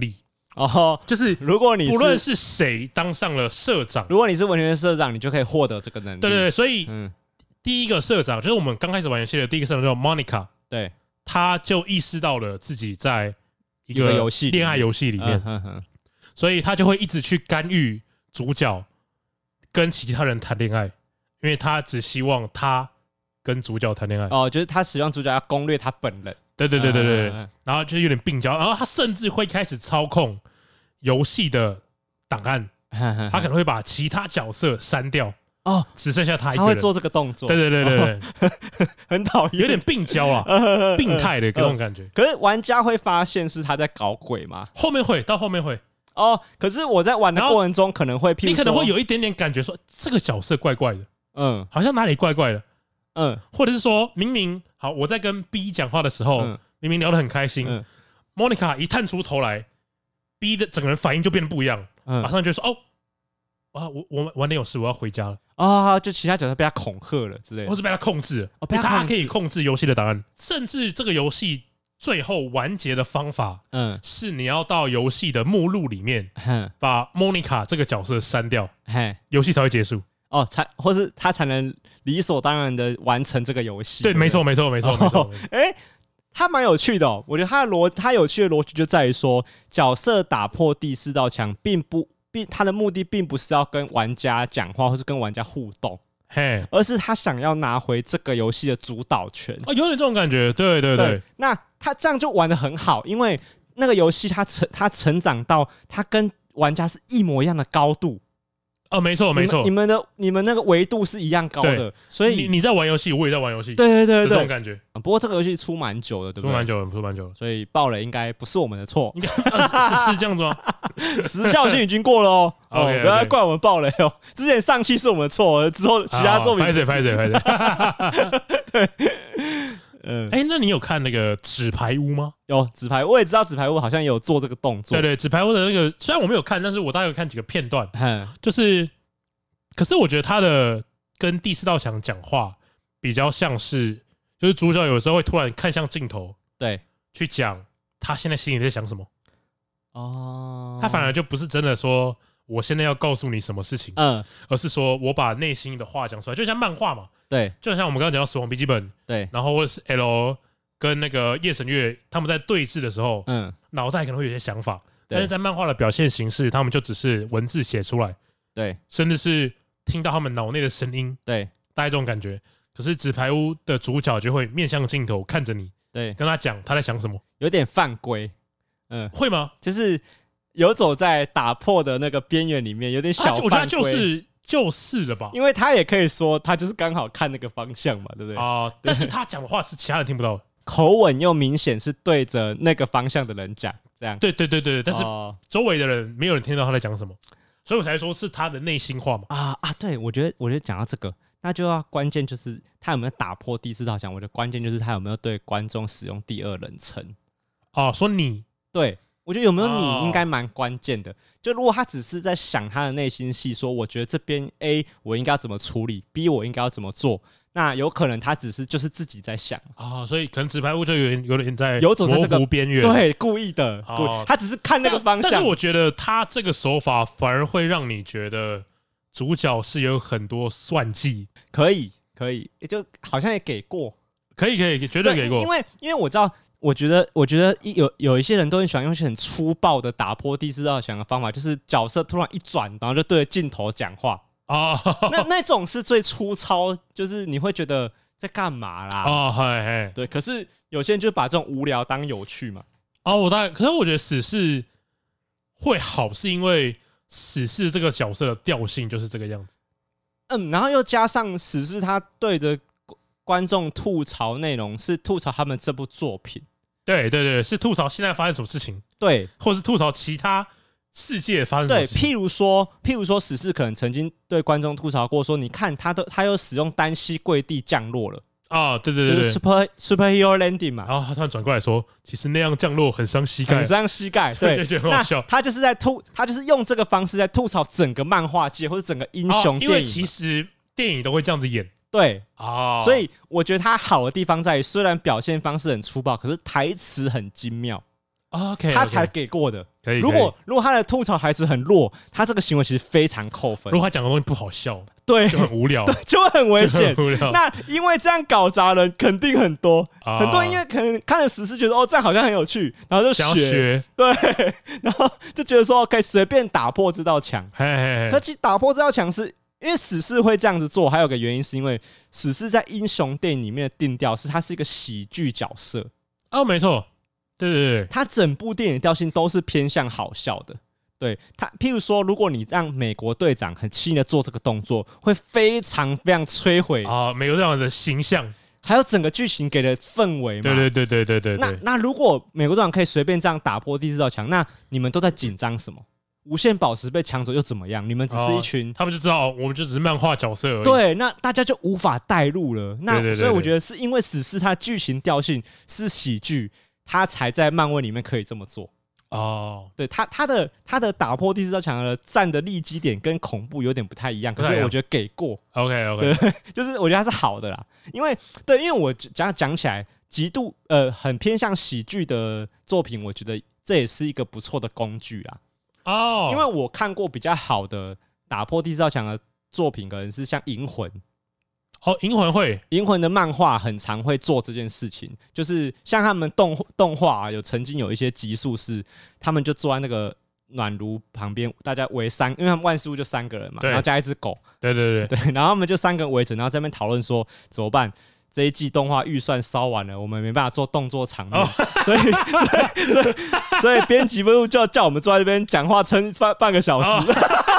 哦， 就是如果你是不论是谁当上了社长， 如果你是文学社长，你就可以获得这个能力。 对对对，所以、 嗯、 第一个社长就是我们刚开始玩游戏的第一个社长叫 Monica， 对， 他就意识到了自己在一个游戏恋爱游戏里面， 嗯、哼哼所以他就会一直去干预主角跟其他人谈恋爱，因为他只希望他跟主角谈恋爱。 哦，就是他使用主角要攻略他本人。 对对对对对， 嗯嗯嗯然后就是有点病娇，然后他甚至会开始操控游戏的档案，他可能会把其他角色删掉，哦，只剩下他一个人。 他会做这个动作。 对对对对对， 哦、很讨厌， 有点病娇啊，病态的这种感觉。 可是玩家会发现是他在搞鬼吗？ 后面会，到后面会。 哦，可是我在玩的过程中可能会， 你可能会有一点点感觉说这个角色怪怪的，嗯，好像哪里怪怪的。嗯，或者是说明明好，我在跟 B 讲话的时候，嗯、明明聊得很开心、嗯、，Monica 一探出头来 ，B 的整个人反应就变得不一样，嗯、马上就说哦，啊，我我晚点有事，我要回家了。哦， 就其他角色被他恐吓了之类的， 或是被他控制了，哦、被他, 他可以控制游戏的档案，甚至这个游戏最后完结的方法，嗯，是你要到游戏的目录里面，嗯、把 Monica 这个角色删掉，游戏才会结束。 哦，才或是他才能理所当然的完成这个游戏。 对，没错，没错，没错，没错。 哎，他蛮有趣的哦。我觉得他的逻，他有趣的逻辑就在于说，角色打破第四道墙，并不，并他的目的并不是要跟玩家讲话，或是跟玩家互动，嘿，而是他想要拿回这个游戏的主导权。 哦，有点这种感觉。对对 对, 对。 那他这样就玩得很好，因为那个游戏他成他成长到他跟玩家是一模一样的高度。 哦，没错没错， 你们的你们那个维度是一样高的，所以你, 你在玩游戏，我也在玩游戏， 对对对对， 这种感觉。 不过这个游戏出蛮久的，对不对？ 出蛮久了，出蛮久了， 所以爆雷应该不是我们的错， 应该是是这样子吗？ 时效性已经过了哦，哦，不要怪我们爆雷哦。之前上期是我们的错，之后其他作品拍谁拍谁拍谁， 对。 嗯，哎、欸，那你有看那个纸牌屋吗？ 有纸牌，我也知道纸牌屋好像也有做这个动作。 对对，纸牌屋的那个，虽然我没有看，但是我大概有看几个片段，就是，可是我觉得他的跟第四道墙讲话比较像是，就是主角有时候会突然看向镜头， 对， 去讲他现在心里在想什么。哦，他反而就不是真的说我现在要告诉你什么事情，嗯，而是说我把内心的话讲出来，就像漫画嘛。 对， 就像我们刚刚讲到《死亡笔记本》，对，然后或者是 L 跟那个夜神月他们在对峙的时候，嗯，脑袋可能会有些想法，但是在漫画的表现形式，他们就只是文字写出来， 对， 甚至是听到他们脑内的声音， 对， 大概这种感觉。可是纸牌屋的主角就会面向镜头看着你， 对， 跟他讲他在想什么， 有点犯规，嗯， 会吗？ 就是游走在打破的那个边缘里面，有点小犯规。 我觉得就是就是了吧， 因为他也可以说他就是刚好看那个方向嘛，对不对？ 啊、呃，但是他讲的话是其他人听不到的， 口吻又明显是对着那个方向的人讲，这样。 对对对对，但是周围的人没有人听到他在讲什么，所以我才说是他的内心话嘛。 啊啊，对，我觉得我觉得讲到这个，那就要关键就是他有没有打破第四道墙。我觉得关键就是他有没有对观众使用第二人称。 哦，说你对。我觉得有没有你应该蛮关键的。就如果他只是在想他的内心戏，说我觉得这边 A 我应该要怎么处理 ，B 我应该要怎么做，那有可能他只是就是自己在想啊、哦，所以可能纸牌屋就有点有点在游走在这个边缘， 对，故意的，故意哦、他只是看那个方向。 但是我觉得他这个手法反而会让你觉得主角是有很多算计， 可以可以，也就好像也给过， 可以可以，绝对给过， 因为因为我知道。我觉得，我觉得有有一些人都很喜欢用一些很粗暴的打破第四道墙的方法，就是角色突然一转，然后就对着镜头讲话啊、哦，那那种是最粗糙，就是你会觉得在干嘛啦？哦，嘿嘿，对。可是有些人就把这种无聊当有趣嘛。 哦，我大概，可是我觉得死侍会好，是因为死侍这个角色的调性就是这个样子。 嗯，然后又加上死侍他对着观众吐槽内容是吐槽他们这部作品。 对对对，是吐槽现在发生什么事情， 对， 或是吐槽其他世界发生什么事情。 对，譬如说，譬如说，史事可能曾经对观众吐槽过说，你看他都他又使用单膝跪地降落了啊，对对对对， 就是 super superhero landing 嘛。 然后他突然转过来说，其实那样降落很伤膝盖， 很伤膝盖。对， 对，就很好笑。 他就是在吐，他就是用这个方式在吐槽整个漫画界或者整个英雄电影、哦，因为其实电影都会这样子演。 对啊， oh. 所以我觉得他好的地方在于，虽然表现方式很粗暴，可是台词很精妙 ，OK， 他才给过的。 可以， 如果如果他的吐槽台词很弱，他这个行为其实非常扣分。 如果他讲的东西不好笑， 对， 就很无聊， 对，就会很危险。那因为这样搞砸人人肯定很多，啊、很多因为可能看了时事觉得哦这样好像很有趣，然后就 学, 学对，然后就觉得说可以随便打破这道墙。可其实打破这道墙是因为史诗会这样子做，还有个原因是因为史诗在英雄电影里面的定调是它是一个喜剧角色。 哦，没错，对对对， 它整部电影的调性都是偏向好笑的。对他，譬如说，如果你让美国队长很轻易的做这个动作，会非常非常摧毁啊美国队长的形象， 还有整个剧情给的氛围嘛。 对对对对对对。 那那如果美国队长可以随便这样打破第四道墙，那你们都在紧张什么？无限宝石被抢走又怎么样？你们只是一群，哦、 他们就知道我们就只是漫画角色而已。 对，那大家就无法代入了。那对对对对所以我觉得是因为史诗它剧情调性是喜剧，它才在漫威里面可以这么做。哦，对，他他的他的打破第四道墙的站的立基点跟恐怖有点不太一样，可是我觉得给过 ，OK OK， 对，就是我觉得他是好的啦，因为对，因为我讲讲起来，极度呃很偏向喜剧的作品，我觉得这也是一个不错的工具啦。哦，因为我看过比较好的打破第四道墙的作品，可能是像《银魂》。 哦，银魂会， 银魂的漫画很常会做这件事情，就是像他们动动画、啊、有曾经有一些集数是，他们就坐在那个暖炉旁边，大家围三，因为他们万事屋就三个人嘛，然后加一只狗， 对对对对，然后他们就三个人围着，然后在那边讨论说怎么办。这一季动画预算烧完了，我们没办法做动作场面，哦、所以所以所以所以编辑部就叫我们坐在这边讲话撑半半个小时。哦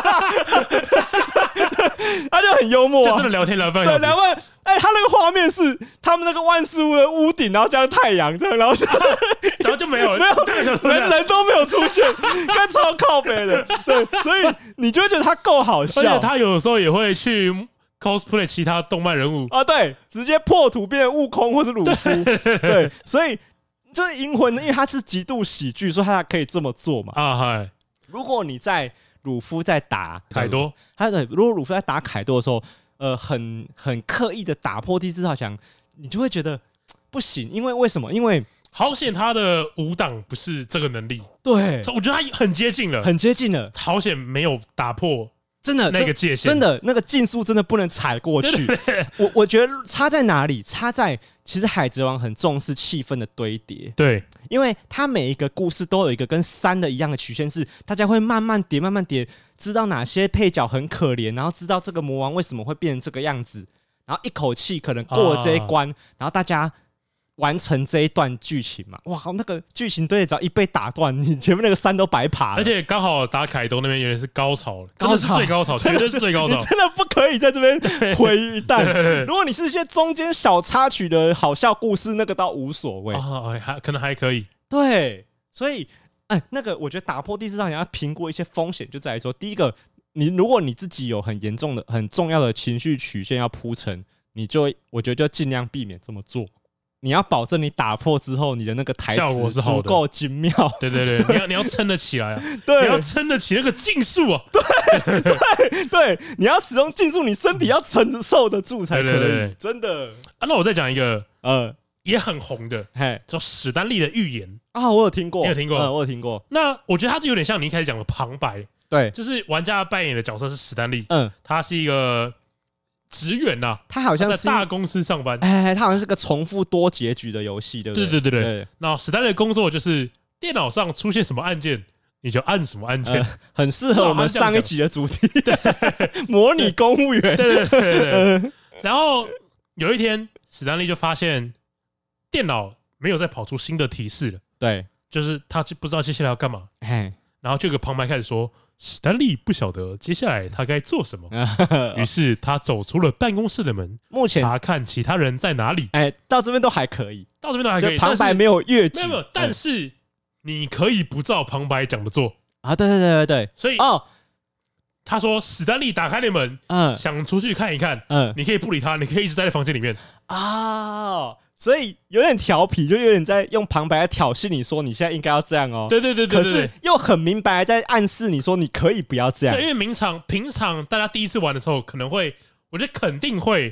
他就很幽默、啊， 就真的聊天聊半小时。 对，聊半，哎、欸，他那个画面是他们那个万事屋的屋顶，然后加上太阳这样，然后就然后就没有没有人人都没有出现，跟超靠北的。对，所以你就会觉得他够好笑。 而且他有的时候也会去 cosplay 其他动漫人物啊，对，直接破土变成悟空或是鲁夫。对，所以就是银魂，因为他是极度喜剧，所以他可以这么做嘛。啊，嗨，如果你在鲁夫在打凯多， 他的如果鲁夫在打凯多的时候，呃，很很刻意的打破第四道墙，你就会觉得不行，因为为什么？因为好险他的五档不是这个能力， 对， 我觉得他很接近了， 很接近了， 好险没有打破。 真的那个界限， 真的那个禁术真的不能踩过去。對對對我我觉得差在哪里？差在其实海贼王很重视气氛的堆叠， 对， 因为他每一个故事都有一个跟三的一样的曲线，是大家会慢慢叠、慢慢叠，知道哪些配角很可怜，然后知道这个魔王为什么会变成这个样子，然后一口气可能过了这一关，啊、然后大家完成这一段剧情嘛。哇，那个剧情堆只要一被打断，你前面那个山都白爬了。 而且刚好打凯多那边也是高潮了，高潮最高潮，绝对是最高潮。 你真的不可以在这边毁一旦。如果你是一些中间小插曲的好笑故事，那个倒无所谓啊，还可能还可以。 对，所以哎，那个我觉得打破第四道墙要评估一些风险，就在于说，第一个，你如果你自己有很严重的、很重要的情绪曲线要铺陈，你就我觉得就尽量避免这么做。你要保证你打破之后，你的那个台词足够精妙。 对对对，你要你要撑得起来啊！对，你要撑得起那个禁术啊！ 对对对，你要使用禁术，你身体要承受得住才可以。对对对对真的啊！那我再讲一个，呃，也很红的，叫史丹利的预言啊，我有听过， 你有听过？ 嗯，我有听过。 那我觉得他就有点像你一开始讲的旁白， 对， 就是玩家扮演的角色是史丹利，嗯，他是一个。职员呐、啊， 他好像是在大公司上班， 哎，他好像是个重复多结局的游戏，对不对？ 对对对对。那史丹利的工作就是电脑上出现什么按键，你就按什么按键，呃、 很适合我们上一集的主题，对，模拟公务员。 对对对对对。然后有一天，史丹利就发现电脑没有再跑出新的提示了， 对， 就是他不知道接下来要干嘛，哎，然后就有个旁白开始说。史丹利不晓得接下来他该做什么，于是他走出了办公室的门， 目前查看其他人在哪里。 哎，到这边都还可以， 到这边都还可以， 旁白没有越矩， 没有没有，但是你可以不照旁白讲的做啊！对对对对对， 所以哦，他说史丹利打开了门，嗯，想出去看一看，嗯，你可以不理他，你可以一直待在房间里面啊。所以有点调皮，就有点在用旁白来挑衅你说你现在应该要这样哦。 对对对对， 可是又很明白在暗示你说你可以不要这样。 对，因为平常平常大家第一次玩的时候，可能会，我觉得肯定会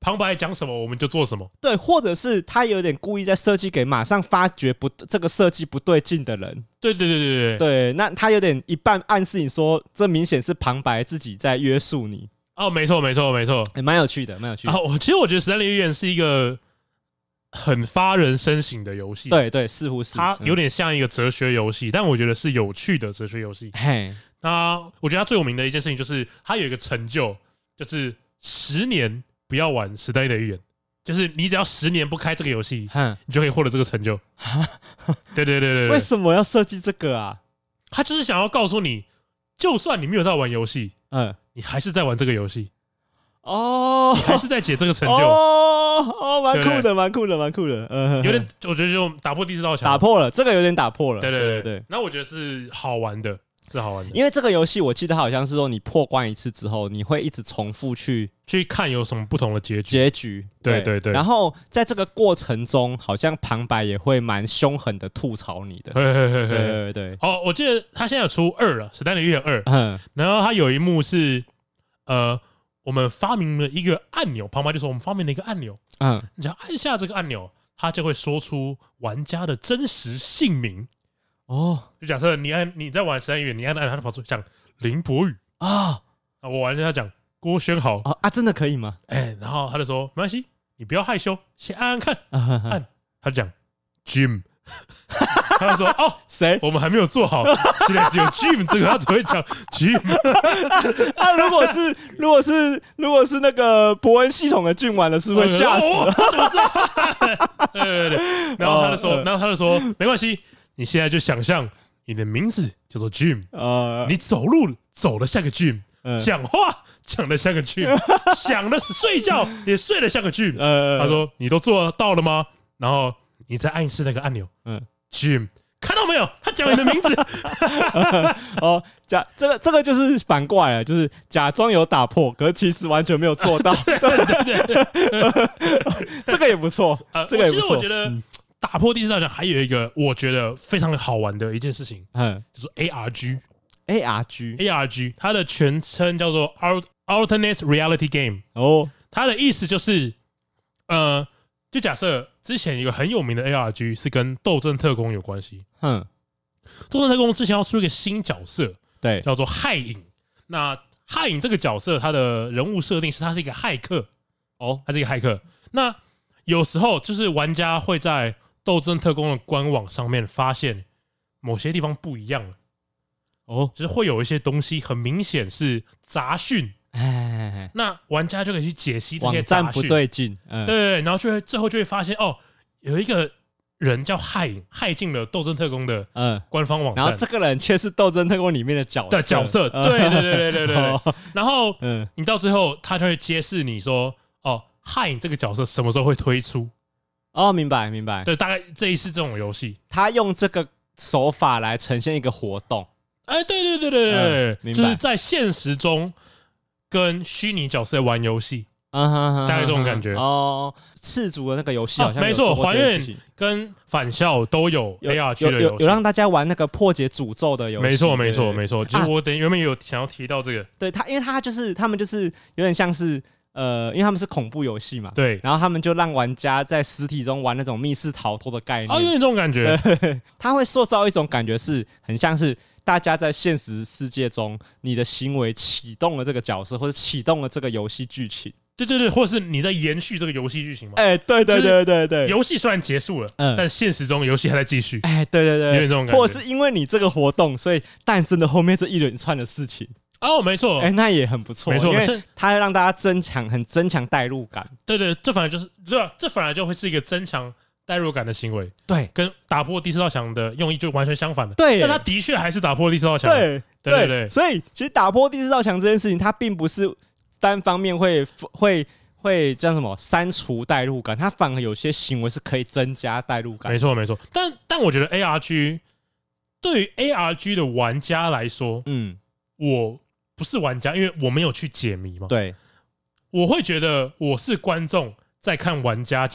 旁白讲什么我们就做什么。 对，或者是他有点故意在设计给马上发觉不这个设计不对劲的人。 对对对对对对，那他有点一半暗示你说，这明显是旁白自己在约束你。 哦，没错没错没错， 也蛮有趣的，蛮有趣的。 啊，我其实我觉得《史丹利预言》是一个很发人深省的游戏。 对对，似乎是它有点像一个哲学游戏，嗯、但我觉得是有趣的哲学游戏。 嘿， 那我觉得它最有名的一件事情就是它有一个成就，就是十年不要玩《史丹利的预言》。就是你只要十年不开这个游戏，你就可以获得这个成就。对对对 对, 对， 为什么要设计这个啊？ 他就是想要告诉你，就算你没有在玩游戏，嗯，你还是在玩这个游戏。哦，你还是在解这个成就。 哦哦，蛮酷的，蛮酷的，蛮酷的。嗯， 有点，我觉得就打破第四道墙， 打破了，这个有点打破了。 对对对对对。 那我觉得是好玩的。是好玩的， 因为这个游戏我记得好像是说，你破关一次之后，你会一直重复去去看有什么不同的结局。 结局， 对对对。 然后在这个过程中，好像旁白也会蛮凶狠的吐槽你的。 对对对对对。 哦，我记得他现在有出二了，《史丹利预言二》。嗯。然后他有一幕是，呃，我们发明了一个按钮，旁白就说我们发明了一个按钮，嗯，你只要按下这个按钮，它就会说出玩家的真实姓名。哦，就假设你按你在玩《史丹利预言》，你按按，他就跑出讲林博宇啊，啊，我玩他讲郭轩豪啊啊，真的可以吗？ 哎、欸，然后他就说没关系，你不要害羞，先按按看，啊、按，他就讲 Jim， 他就说哦， 谁？ 我们还没有做好，现在只有 Jim 这个，他只会讲 Jim。 啊，如果是如果是如果是那个伯恩系统的Jim玩了，是不是会吓死？ 哦、怎么知道？对对对，然后他就说，哦、然后他就说没关系。你现在就想象你的名字叫做 Jim， 呃，你走路走得像个 Jim， 讲、呃、话讲得像个 Jim， 想的是睡觉也睡得像个 Jim。呃，他说你都做到了吗？然后你再按一次那个按钮，嗯 ，Jim， 看到没有？他讲你的名字。 哦，假这个这个就是反过来了，就是假装有打破，可是其实完全没有做到。对对对，这个也不错，呃，这个也不错。 其实我觉得。嗯打破第四道墙还有一个我觉得非常好玩的一件事情，嗯，就是 A R G，A R G，A R G， 它的全称叫做 Alternate Reality Game。哦，它的意思就是，呃，就假设之前有一个很有名的 A R G 是跟斗阵特工有关系，嗯，斗阵特工之前要出一个新角色， 对， 叫做骇影。那骇影这个角色，他的人物设定是他是一个骇客，哦，他是一个骇客。那有时候就是玩家会在斗阵特工的官网上面发现某些地方不一样了，哦，就是会有一些东西很明显是杂讯，哎，那玩家就可以去解析这些杂讯， 网站不对劲，嗯， 对对对，然后就会最后就会发现哦，有一个人叫骇影，骇进了斗阵特工的官方网站， 然后这个人却是斗阵特工里面的角色的角色，对对对对对对对，然后嗯，你到最后他就会揭示你说，哦，骇影这个角色什么时候会推出。 哦，明白明白， 对，大概这一次这种游戏， 他用这个手法来呈现一个活动。 哎、欸，对对对对对，嗯、就是在现实中跟虚拟角色玩游戏，嗯哼哼，大概这种感觉。 哦，赤足的那个游戏好像、啊、 没错，还愿跟返校都有 A R G 的游戏， 有 有, 有让大家玩那个破解诅咒的游戏。 没错没错没错，就是我等原本有想要提到这个，啊、 对他，因为他就是他们就是有点像是。呃，因为他们是恐怖游戏嘛， 对， 然后他们就让玩家在实体中玩那种密室逃脱的概念， 哦，有点这种感觉， 他会塑造一种感觉，是很像是大家在现实世界中，你的行为启动了这个角色，或者启动了这个游戏剧情， 对对对，或者是你在延续这个游戏剧情嘛， 哎、欸，对对对对对， 游戏虽然结束了，嗯，但现实中游戏还在继续， 哎、欸，对对对， 有点这种感觉， 或者是因为你这个活动，所以诞生了后面这一连串的事情。 哦，没错， 哎、欸，那也很不错， 没错， 因为它会让大家增强，很增强代入感。 对对，这反而就是对吧？这反而就会是一个增强代入感的行为。 对， 跟打破第四道墙的用意就完全相反的。 对， 但它的确还是打破第四道墙。 对对对对， 所以其实打破第四道墙这件事情，它并不是单方面会会会叫什么删除代入感，它反而有些行为是可以增加代入感。 没错没错，但但我觉得 A R G 对于 A R G 的玩家来说，嗯，我。不是玩家，因为我没有去解谜嘛。 对， 我会觉得我是观众在看玩家解谜。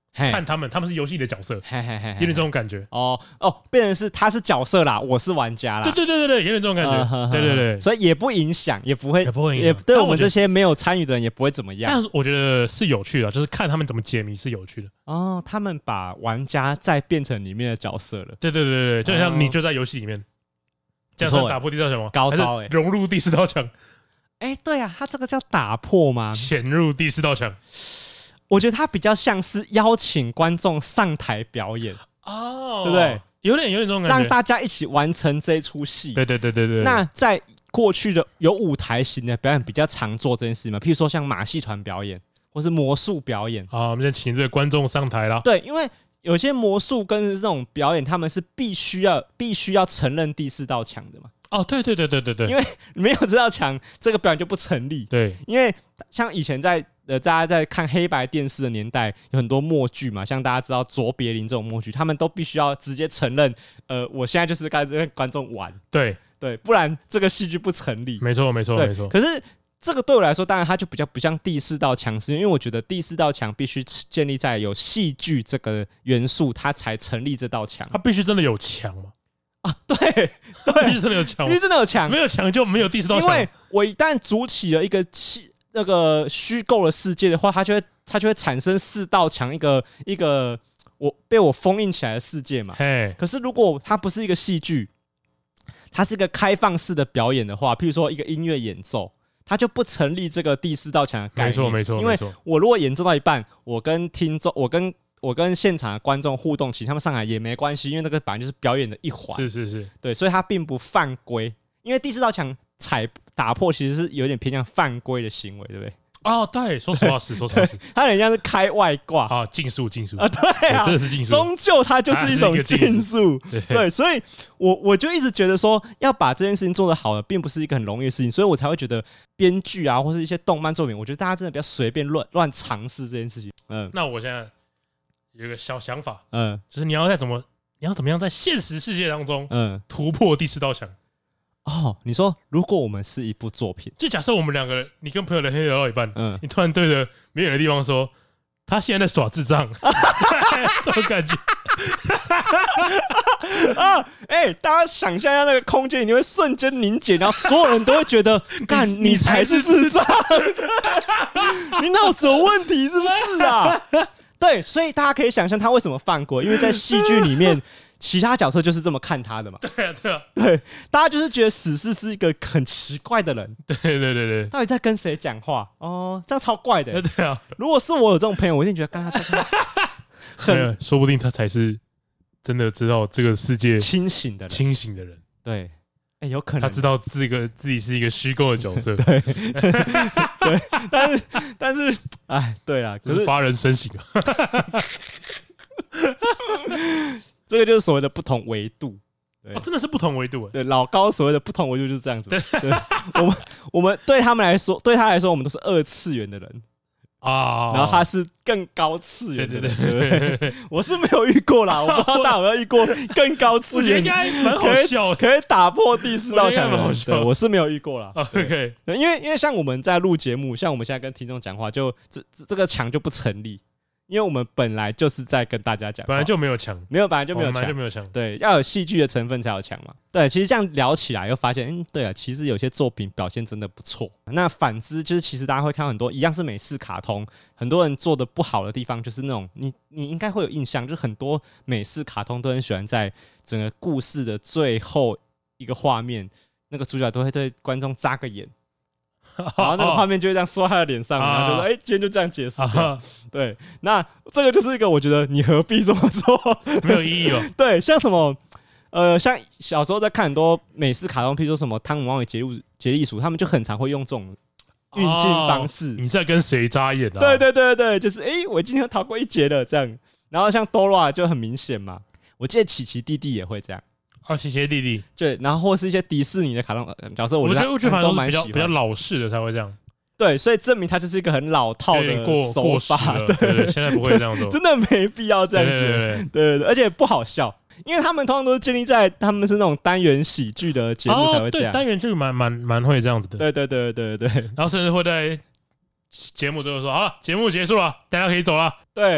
看他们，他们是游戏的角色， 嘿嘿嘿嘿有点这种感觉。 哦哦，变成是他是角色啦，我是玩家啦。 对对对对对，有点这种感觉。呃、对对对， 所以也不影响，也不会， 也不会影响， 也对我们这些没有参与的人也不会怎么样。 但我觉得是有趣的，就是看他们怎么解谜是有趣的。 哦，他们把玩家再变成里面的角色了。 对对对对，就像你就在游戏里面。这样算打破第四道墙吗？ 高招哎、欸， 融入第四道墙。 哎、欸，对啊，他这个叫打破吗？ 潜入第四道墙。 我觉得他比较像是邀请观众上台表演哦， 对不对？ 有点有点这种感觉， 让大家一起完成这一出戏。 对对对对对。 那在过去的有舞台型的表演比较常做这件事嘛，譬如说像马戏团表演或是魔术表演。 好，我们先请这个观众上台啦。 对，因为有些魔术跟这种表演，他们是必须要必须要承认第四道墙的嘛。 哦，对对对对对对， 因为没有这道墙，这个表演就不成立。 对， 因为像以前在呃大家在看黑白电视的年代，有很多默剧嘛，像大家知道卓别林这种默剧，他们都必须要直接承认，呃，我现在就是跟观众玩。 对对，不然这个戏剧不成立。 没错没错没错。 可是这个对我来说，当然它就比较不像第四道墙，是因为我觉得第四道墙必须建立在有戏剧这个元素，它才成立这道墙。 它必须真的有墙嘛？ 啊，对对， 必须真的有墙， 必须真的有墙， 没有墙就没有第四道墙。 因为我一旦筑起了一个那个虚构的世界的话，它就会它就会产生四道墙，一个一个我被我封印起来的世界嘛。可是如果它不是一个戏剧，它是一个开放式的表演的话，譬如说一个音乐演奏。他就不成立这个第四道墙的概念， 没错没错， 因为我如果演奏到一半，我跟听众，我跟我跟现场的观众互动，请他们上来也没关系，因为那个本来就是表演的一环， 是是是， 对，所以它并不犯规，因为第四道墙踩打破其实是有点偏向犯规的行为，对不对？ 哦，对，说实话是，说实话是， 它很像是开外挂啊，竞速，竞速啊，对啊， 真的是竞速， 终究它就是一种竞速， 对, 对，所以我我就一直觉得说，要把这件事情做得好的，并不是一个很容易的事情，所以我才会觉得编剧啊，或是一些动漫作品，我觉得大家真的不要随便乱乱尝试这件事情。嗯， 那我现在有一个小想法， 嗯， 就是你要在怎么，你要怎么样在现实世界当中， 嗯， 突破第四道墙。 哦，你说如果我们是一部作品， 就假设我们两个人，你跟朋友聊天聊到一半， 嗯， 你突然对着没人的地方说，他现在在耍智障，这种感觉。 啊，哎、欸，大家想象一下那个空间，你会瞬间凝结，然后所有人都会觉得，干你才是智障，你脑子有问题是不是啊？对，所以大家可以想象他为什么犯规，因为在戏剧里面。其他角色就是这么看他的嘛？ 对啊，对啊， 对，大家就是觉得死侍是一个很奇怪的人。 对对对对， 到底在跟谁讲话？哦，这样超怪的、欸。 对啊， 如果是我有这种朋友，我一定觉得跟他这个很，说不定他才是真的知道这个世界清醒的人， 清醒的人。 对，哎、欸，有可能他知道这个自己是一个虚构的角色。 对，对，但是但是，哎，对啊， 可是发人深省啊。 这个就是所谓的不同维度， 哦，真的是不同维度。 对，老高所谓的不同维度就是这样子。对，对我们我们对他们来说，对他来说，我们都是二次元的人啊，然后他是更高次元的人。对对 对, 对, 对，我是没有遇过啦，我不知道大家有没有遇过更高次元， 应该蛮好笑的， 可以打破第四道墙的。 对， 我是没有遇过啦。 OK， 因为因为像我们在录节目，像我们现在跟听众讲话，就这这个墙就不成立。因为我们本来就是在跟大家讲， 本来就没有墙， 没有，本来就没有墙， 本来就没有墙。 对，要有戏剧的成分才有墙嘛。对，其实这样聊起来，又发现，嗯，对啊，其实有些作品表现真的不错。那反之，就是其实大家会看到很多一样是美式卡通，很多人做的不好的地方，就是那种你你应该会有印象，就是很多美式卡通都很喜欢在整个故事的最后一个画面，那个主角都会对观众眨个眼。然后那个画面就会这样说他的脸上，然后就说：“哎、欸，今天就这样结束。啊”对，那这个就是一个我觉得你何必这么做， 没有意义哦。 对，像什么呃，像小时候在看很多美式卡通，譬如说什么《汤姆猫与杰利杰利鼠》，他们就很常会用这种运镜方式。 哦、你在跟谁眨眼啊？ 对对对对，就是哎、欸，我今天逃过一劫了这样。然后像 Dora 就很明显嘛，我记得奇奇弟弟也会这样。 哦，奇奇弟弟， 对，然后或是一些迪士尼的卡通角色，我觉得我觉得反正都比较比较老式的才会这样。 对，所以证明他就是一个很老套的过手法， 对对对，现在不会这样做， 真的没必要这样子， 对对 对, 对, 对, 对，而且不好笑，因为他们通常都是建立在他们是那种单元喜剧的节目才会这样， 哦、对，单元剧蛮蛮蛮会这样子的， 对对对对对对， 然后甚至会在节目最后说，好了，节目结束了，大家可以走了， 对。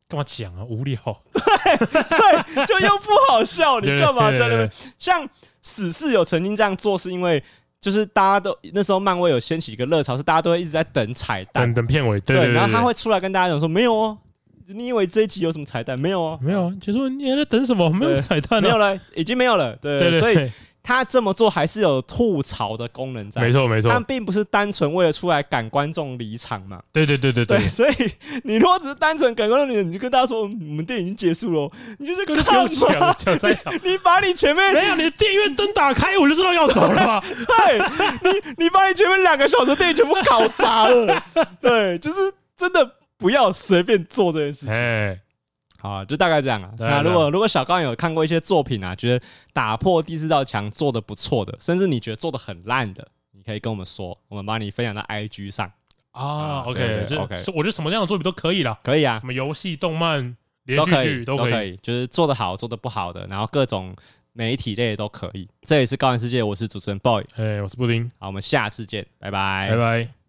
干嘛讲啊？无聊。 对对，就又不好笑，你干嘛在那边？像死侍有曾经这样做，是因为就是大家都那时候漫威有掀起一个热潮，是大家都会一直在等彩蛋， 等等片尾，对对, 对, 对, 对， 然后他会出来跟大家讲说没有哦。你以为这一集有什么彩蛋？没有哦， 没有啊。就说你还在等什么？没有彩蛋、啊， 没有了，已经没有了。对，对对对，所以他这么做还是有吐槽的功能在。 没错没错， 他并不是单纯为了出来赶观众离场嘛。 对对对对 对, 对，所以你如果只是单纯赶观众离场，你就跟大家说我们电影已经结束了，你就是根本不用抢抢三小， 你把你前面没有你的电影院灯打开，我就知道要走了。 对，你你把你前面两个小时的电影全部搞砸了。对，就是真的不要随便做这件事情。 哎。 好，就大概这样啊。那如果如果小高有看过一些作品啊，觉得打破第四道墙做的不错的，甚至你觉得做的很烂的，你可以跟我们说，我们把你分享到 I G 上啊。OK， 就 OK， 我觉得什么样的作品都可以啦， 可以啊， 什么游戏、动漫、连续剧都可以，就是做的好、做的不好的，然后各种媒体类都可以。这里是高玩世界，我是主持人 Boy， 哎，我是布丁， 好，我们下次见，拜拜， 拜拜。